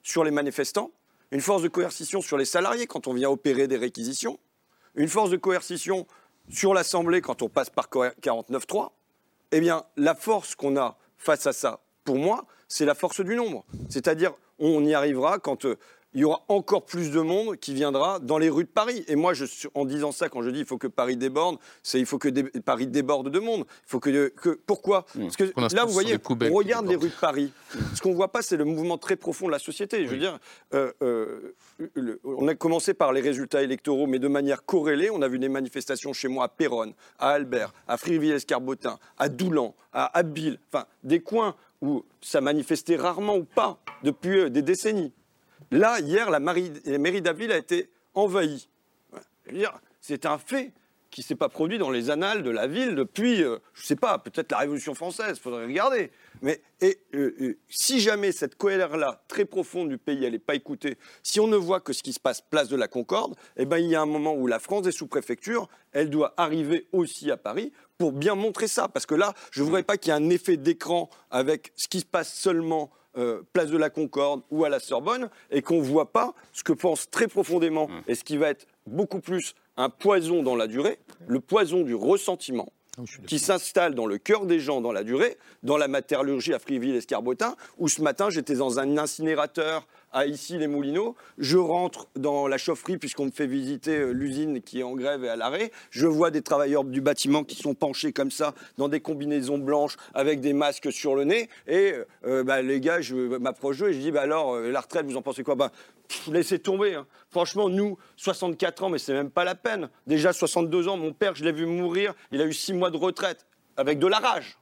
sur les manifestants, une force de coercition sur les salariés quand on vient opérer des réquisitions, une force de coercition sur l'Assemblée quand on passe par quarante-neuf trois. Eh bien, la force qu'on a face à ça, pour moi, c'est la force du nombre. C'est-à-dire, on y arrivera quand euh, il y aura encore plus de monde qui viendra dans les rues de Paris. Et moi, je, en disant ça, quand je dis il faut que Paris déborde, c'est il faut que dé, Paris déborde de monde. Il faut que, que pourquoi mmh. Parce que là, vous voyez, on regarde les rues de Paris. Ce qu'on ne voit pas, c'est le mouvement très profond de la société. Oui. Je veux dire, euh, euh, le, on a commencé par les résultats électoraux, mais de manière corrélée. On a vu des manifestations chez moi à Péronne, à Albert, à Friville-Escarbotin, à Doulan, à Abbeville, enfin des coins où ça manifestait rarement ou pas depuis euh, des décennies. Là, hier, la mairie, la mairie d'Abbeville a été envahie. Je veux dire, c'est un fait qui ne s'est pas produit dans les annales de la ville depuis, euh, je ne sais pas, peut-être la Révolution française, il faudrait regarder. Mais et, euh, euh, si jamais cette colère-là, très profonde du pays, elle n'est pas écoutée, si on ne voit que ce qui se passe place de la Concorde, eh ben, il y a un moment où la France des sous-préfectures, elle doit arriver aussi à Paris pour bien montrer ça. Parce que là, je ne voudrais pas qu'il y ait un effet d'écran avec ce qui se passe seulement Euh, place de la Concorde ou à la Sorbonne, et qu'on ne voit pas ce que pense très profondément, mmh. et ce qui va être beaucoup plus un poison dans la durée, le poison du ressentiment, oh, qui s'installe dans le cœur des gens dans la durée, dans la métallurgie à Friville-Escarbotin, où ce matin, j'étais dans un incinérateur à Issy-les-Moulineaux, je rentre dans la chaufferie puisqu'on me fait visiter euh, l'usine qui est en grève et à l'arrêt, je vois des travailleurs du bâtiment qui sont penchés comme ça dans des combinaisons blanches avec des masques sur le nez, et euh, bah, les gars, je m'approche d'eux et je dis bah, alors euh, la retraite, vous en pensez quoi? Bah, pff, laissez tomber, hein. Franchement, nous, soixante-quatre ans, mais c'est même pas la peine. Déjà soixante-deux ans, mon père, je l'ai vu mourir, il a eu six mois de retraite avec de la rage.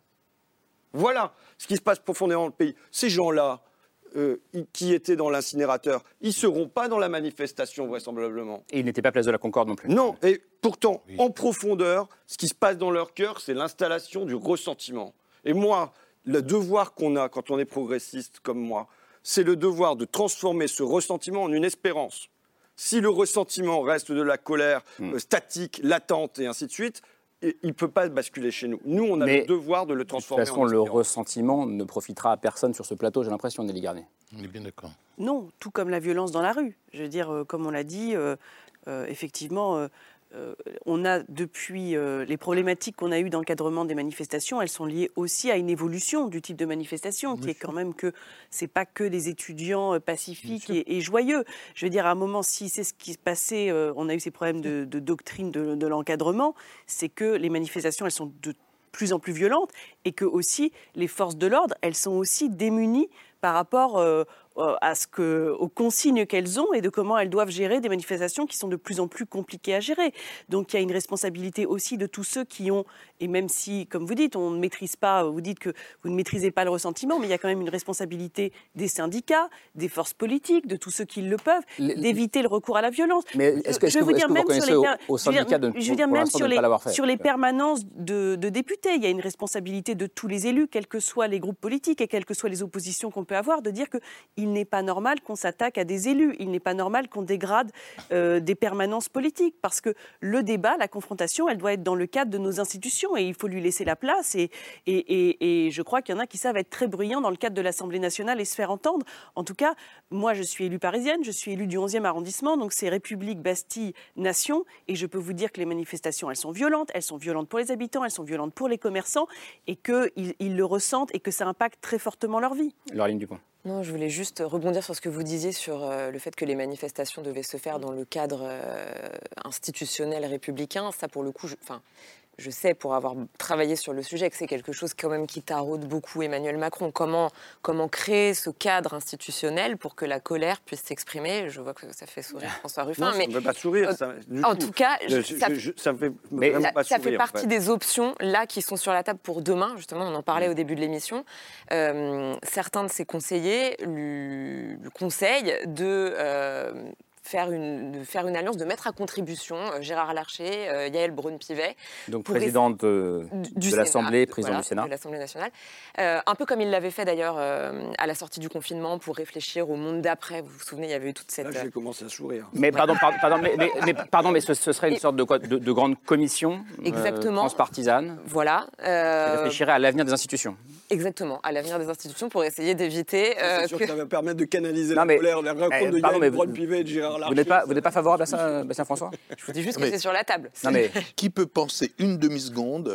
Voilà ce qui se passe profondément dans le pays. Ces gens-là, Euh, qui étaient dans l'incinérateur, ils ne seront pas dans la manifestation vraisemblablement. Et ils n'étaient pas place de la Concorde non plus. Non, et pourtant, oui. En profondeur, ce qui se passe dans leur cœur, c'est l'installation du ressentiment. Et moi, le devoir qu'on a quand on est progressiste comme moi, c'est le devoir de transformer ce ressentiment en une espérance. Si le ressentiment reste de la colère mmh. euh, statique, latente et ainsi de suite, il ne peut pas basculer chez nous. Nous, on a Mais le devoir de le transformer en espérance. De toute façon, le ressentiment ne profitera à personne sur ce plateau, j'ai l'impression, Nelly Garnier. On est bien d'accord. Non, tout comme la violence dans la rue. Je veux dire, euh, comme on l'a dit, euh, euh, effectivement, euh, euh, on a depuis euh, les problématiques qu'on a eues d'encadrement des manifestations, elles sont liées aussi à une évolution du type de manifestation, qui est quand même que c'est pas que des étudiants euh, pacifiques et, et joyeux. Je veux dire, à un moment, si c'est ce qui se passait, euh, on a eu ces problèmes de, de doctrine de, de l'encadrement, c'est que les manifestations, elles sont de plus en plus violentes, et que aussi les forces de l'ordre, elles sont aussi démunies par rapport euh, à ce que, aux consignes qu'elles ont et de comment elles doivent gérer des manifestations qui sont de plus en plus compliquées à gérer. Donc il y a une responsabilité aussi de tous ceux qui ont, et même si, comme vous dites, on ne maîtrise pas, vous dites que vous ne maîtrisez pas le ressentiment, mais il y a quand même une responsabilité des syndicats, des forces politiques, de tous ceux qui le peuvent, les, d'éviter le recours à la violence. Mais est-ce que, est-ce que vous, est-ce que vous reconnaissez aux, aux syndicats de, je veux dire, même sur les, sur les permanences de, de députés, il y a une responsabilité de tous les élus, quels que soient les groupes politiques et quelles que soient les oppositions qu'on peut avoir, de dire qu'il n'est pas normal qu'on s'attaque à des élus, il n'est pas normal qu'on dégrade euh, des permanences politiques, parce que le débat, la confrontation, elle doit être dans le cadre de nos institutions et il faut lui laisser la place. Et, et, et, et je crois qu'il y en a qui savent être très bruyants dans le cadre de l'Assemblée nationale et se faire entendre. En tout cas, moi, je suis élue parisienne, je suis élue du onzième arrondissement, donc c'est République, Bastille, Nation, et je peux vous dire que les manifestations, elles sont violentes, elles sont violentes pour les habitants, elles sont violentes pour les commerçants, et qu'ils ils le ressentent et que ça impacte très fortement leur vie. Laureline Dupont. Non, je voulais juste rebondir sur ce que vous disiez sur euh, le fait que les manifestations devaient se faire dans le cadre euh, institutionnel républicain. Ça, pour le coup, je, enfin, je sais, pour avoir travaillé sur le sujet, que c'est quelque chose quand même qui taraude beaucoup Emmanuel Macron. Comment, comment créer ce cadre institutionnel pour que la colère puisse s'exprimer? Je vois que ça fait sourire François Ruffin. Non, mais ça ne me fait pas sourire. Ça, du en tout, tout cas, je, ça, je, ça me fait mais vraiment ça, pas ça sourire. fait partie en fait. des options là qui sont sur la table pour demain. Justement, on en parlait au début de l'émission. Euh, certains de ses conseillers lui, lui conseillent de... Euh, faire une, de faire une alliance, de mettre à contribution euh, Gérard Larcher, euh, Yaël Braun-Pivet. Donc présidente de, de Sénat, l'Assemblée, présidente voilà, du Sénat. de l'Assemblée nationale. Euh, un peu comme il l'avait fait d'ailleurs euh, à la sortie du confinement pour réfléchir au monde d'après. Vous vous souvenez, il y avait eu toute cette... Là, j'ai commencé à sourire. Mais pardon, pardon, pardon, mais, mais, mais, pardon, mais ce, ce serait une sorte de, quoi, de, de grande commission Exactement. Euh, transpartisane Voilà. Euh... qui réfléchirait à l'avenir des institutions. Exactement, à l'avenir des institutions pour essayer d'éviter... Euh, c'est sûr que... que ça va permettre de canaliser non, la mais, colère, les rencontres eh, de Yaël Braun-Pivet et de Gérard Larcher. Vous n'êtes pas, vous n'êtes pas favorable à ça, Bastien François? Je vous dis juste mais, que c'est sur la table. Non, mais... Qui peut penser une demi-seconde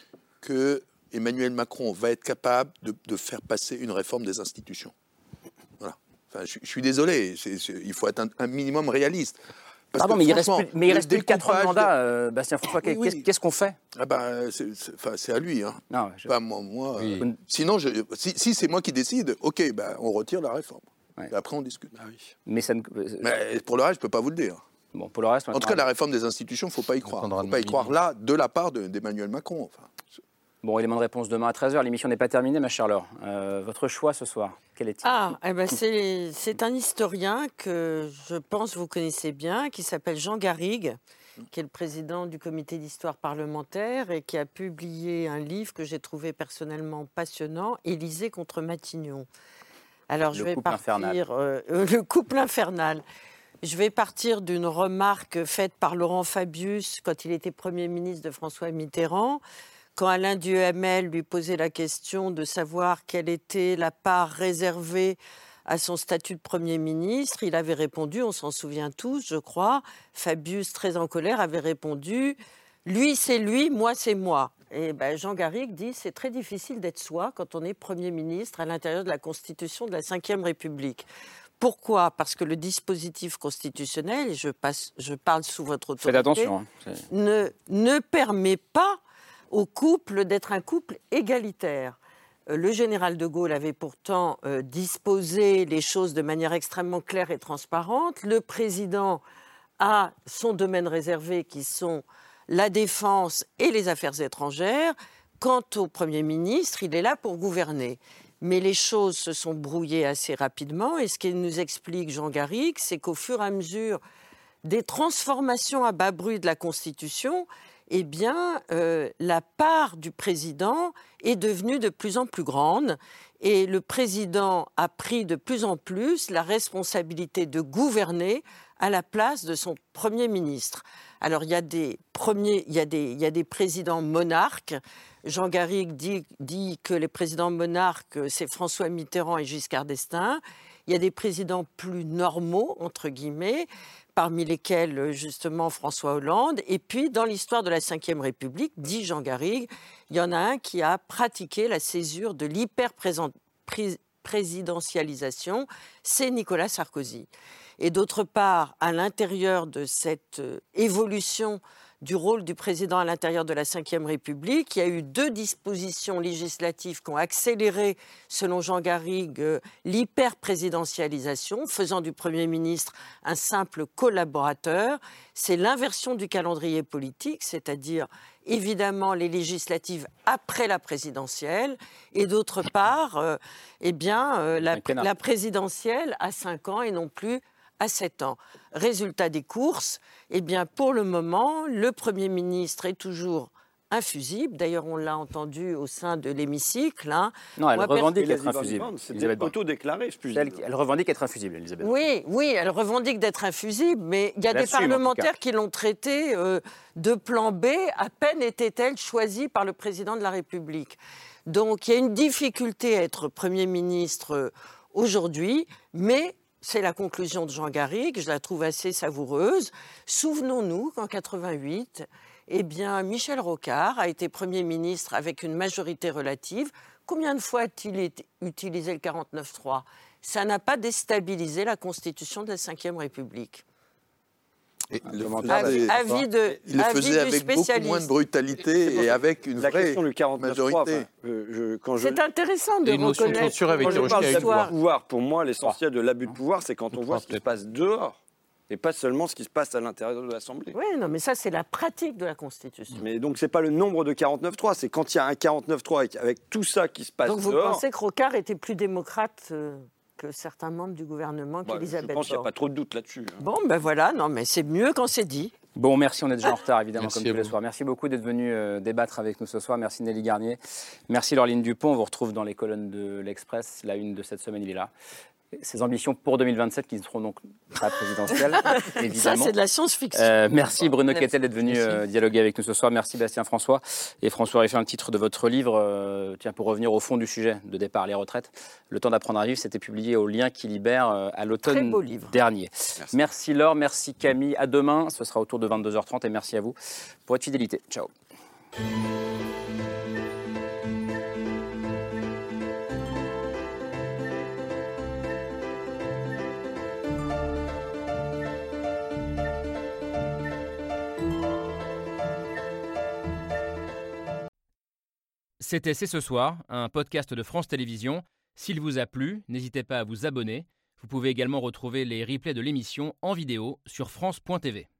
que Emmanuel Macron va être capable de, de faire passer une réforme des institutions? Voilà. Enfin, je, je suis désolé, c'est, c'est, il faut être un, un minimum réaliste. Parce Pardon, que, mais il reste plus, mais il reste plus de quatre ans de mandat, euh, Bastien François. Oui, oui. Qu'est-ce, qu'est-ce qu'on fait? Ah ben, c'est, c'est, enfin, c'est à lui. Hein. Non, je... Pas moi. moi oui. euh, sinon, je, si, si c'est moi qui décide, ok, ben, on retire la réforme. Ouais. Et après, on discute. Ah oui. Mais, ça ne... mais pour le reste, je ne peux pas vous le dire. Bon, pour le reste, en tout cas, la réforme des institutions, il ne faut pas y croire. Il ne faut pas y croire là, de la part de, d'Emmanuel Macron. Enfin, bon, élément de réponse demain à treize heures. L'émission n'est pas terminée, ma chère Laure. Euh, votre choix ce soir, quel est-il? Ah, eh ben c'est, c'est un historien que je pense vous connaissez bien, qui s'appelle Jean Garrigue, qui est le président du comité d'histoire parlementaire et qui a publié un livre que j'ai trouvé personnellement passionnant, Élysée contre Matignon. Alors, le je vais couple partir... infernal. Euh, euh, le couple infernal. Je vais partir d'une remarque faite par Laurent Fabius quand il était Premier ministre de François Mitterrand, quand Alain Duhamel lui posait la question de savoir quelle était la part réservée à son statut de Premier ministre, il avait répondu, on s'en souvient tous, je crois, Fabius, très en colère, avait répondu « Lui, c'est lui, moi, c'est moi ». Et ben, Jean Garrigue dit « C'est très difficile d'être soi quand on est Premier ministre à l'intérieur de la Constitution de la cinquième République ». Pourquoi? Parce que le dispositif constitutionnel, et je, passe, je parle sous votre autorité, faites attention, hein. ne, ne permet pas au couple d'être un couple égalitaire. Le général de Gaulle avait pourtant euh, disposé les choses de manière extrêmement claire et transparente. Le président a son domaine réservé qui sont la défense et les affaires étrangères. Quant au Premier ministre, il est là pour gouverner. Mais les choses se sont brouillées assez rapidement et ce qu'il nous explique Jean Garrigue, c'est qu'au fur et à mesure des transformations à bas bruit de la Constitution, eh bien, euh, la part du président est devenue de plus en plus grande et le président a pris de plus en plus la responsabilité de gouverner à la place de son Premier ministre. Alors, il y a des premiers, il y a des, il y a des présidents monarques. Jean Garrigue dit, dit que les présidents monarques, c'est François Mitterrand et Giscard d'Estaing. Il y a des présidents plus normaux, entre guillemets, parmi lesquels, justement, François Hollande. Et puis, dans l'histoire de la cinquième République, dit Jean Garrigue, il y en a un qui a pratiqué la césure de l'hyper-présidentialisation, c'est Nicolas Sarkozy. Et d'autre part, à l'intérieur de cette évolution du rôle du président à l'intérieur de la cinquième République, il y a eu deux dispositions législatives qui ont accéléré, selon Jean Garrigue, l'hyper-présidentialisation, faisant du Premier ministre un simple collaborateur. C'est l'inversion du calendrier politique, c'est-à-dire évidemment les législatives après la présidentielle, et d'autre part, euh, eh bien, euh, la, la présidentielle à cinq ans et non plus à sept ans. Résultat des courses, eh bien, pour le moment, le Premier ministre est toujours infusible. D'ailleurs, on l'a entendu au sein de l'hémicycle. Hein. Non, elle Moi, revendique être infusible. C'est auto-déclaré, elle, elle revendique être infusible, Elisabeth. Oui, oui, elle revendique d'être infusible, mais il y a des parlementaires qui l'ont traité euh, de plan B, à peine était-elle choisie par le président de la République. Donc, il y a une difficulté à être Premier ministre euh, aujourd'hui, mais c'est la conclusion de Jean Garrigue, je la trouve assez savoureuse. Souvenons-nous qu'en quatre-vingt-huit, eh bien, Michel Rocard a été Premier ministre avec une majorité relative. Combien de fois a-t-il utilisé le quarante-neuf trois? Ça n'a pas déstabilisé la Constitution de la cinquième République. Et le avis, avis de, il le faisait avec beaucoup moins de brutalité et avec une la vraie question du quarante-neuf trois, majorité. Enfin, euh, je, quand je, c'est intéressant de et reconnaître. Avec quand je parle de pouvoir, pouvoir, pour moi, l'essentiel de l'abus de pouvoir, c'est quand on voit ce qui se passe dehors. Et pas seulement ce qui se passe à l'intérieur de l'Assemblée. Oui, non, mais ça, c'est la pratique de la Constitution. Mais donc, c'est pas le nombre de quarante-neuf trois, c'est quand il y a un quarante-neuf trois avec, avec tout ça qui se passe dehors. Donc, vous dehors, pensez que Rocard était plus démocrate euh... que certains membres du gouvernement Bah, qu'Elisabeth je pense qu'il n'y a Borne. pas trop de doute là-dessus. hein. Bon, ben voilà, non, mais c'est mieux quand c'est dit. Bon, merci, on est déjà en retard, évidemment, Merci comme à tous les vous. soirs. Merci beaucoup d'être venu euh, débattre avec nous ce soir. Merci Nelly Garnier. Merci Laureline Dupont. On vous retrouve dans les colonnes de l'Express. La une de cette semaine, il est là. Ses ambitions pour deux mille vingt-sept, qui ne seront donc pas présidentielles, évidemment. Ça, c'est de la science-fiction. Euh, merci Bruno Kettel d'être venu Merci. euh, dialoguer avec nous ce soir. Merci Bastien François. Et François Ruffin, le titre de votre livre, euh, tiens, pour revenir au fond du sujet de départ, les retraites, Le temps d'apprendre à vivre, c'était publié au Lien qui libère euh, à Très l'automne beau livre. dernier. Merci. Merci Laure, merci Camille. À demain, ce sera autour de vingt-deux heures trente et merci à vous pour votre fidélité. Ciao. C'était C'est ce soir, un podcast de France Télévisions. S'il vous a plu, n'hésitez pas à vous abonner. Vous pouvez également retrouver les replays de l'émission en vidéo sur France point T V.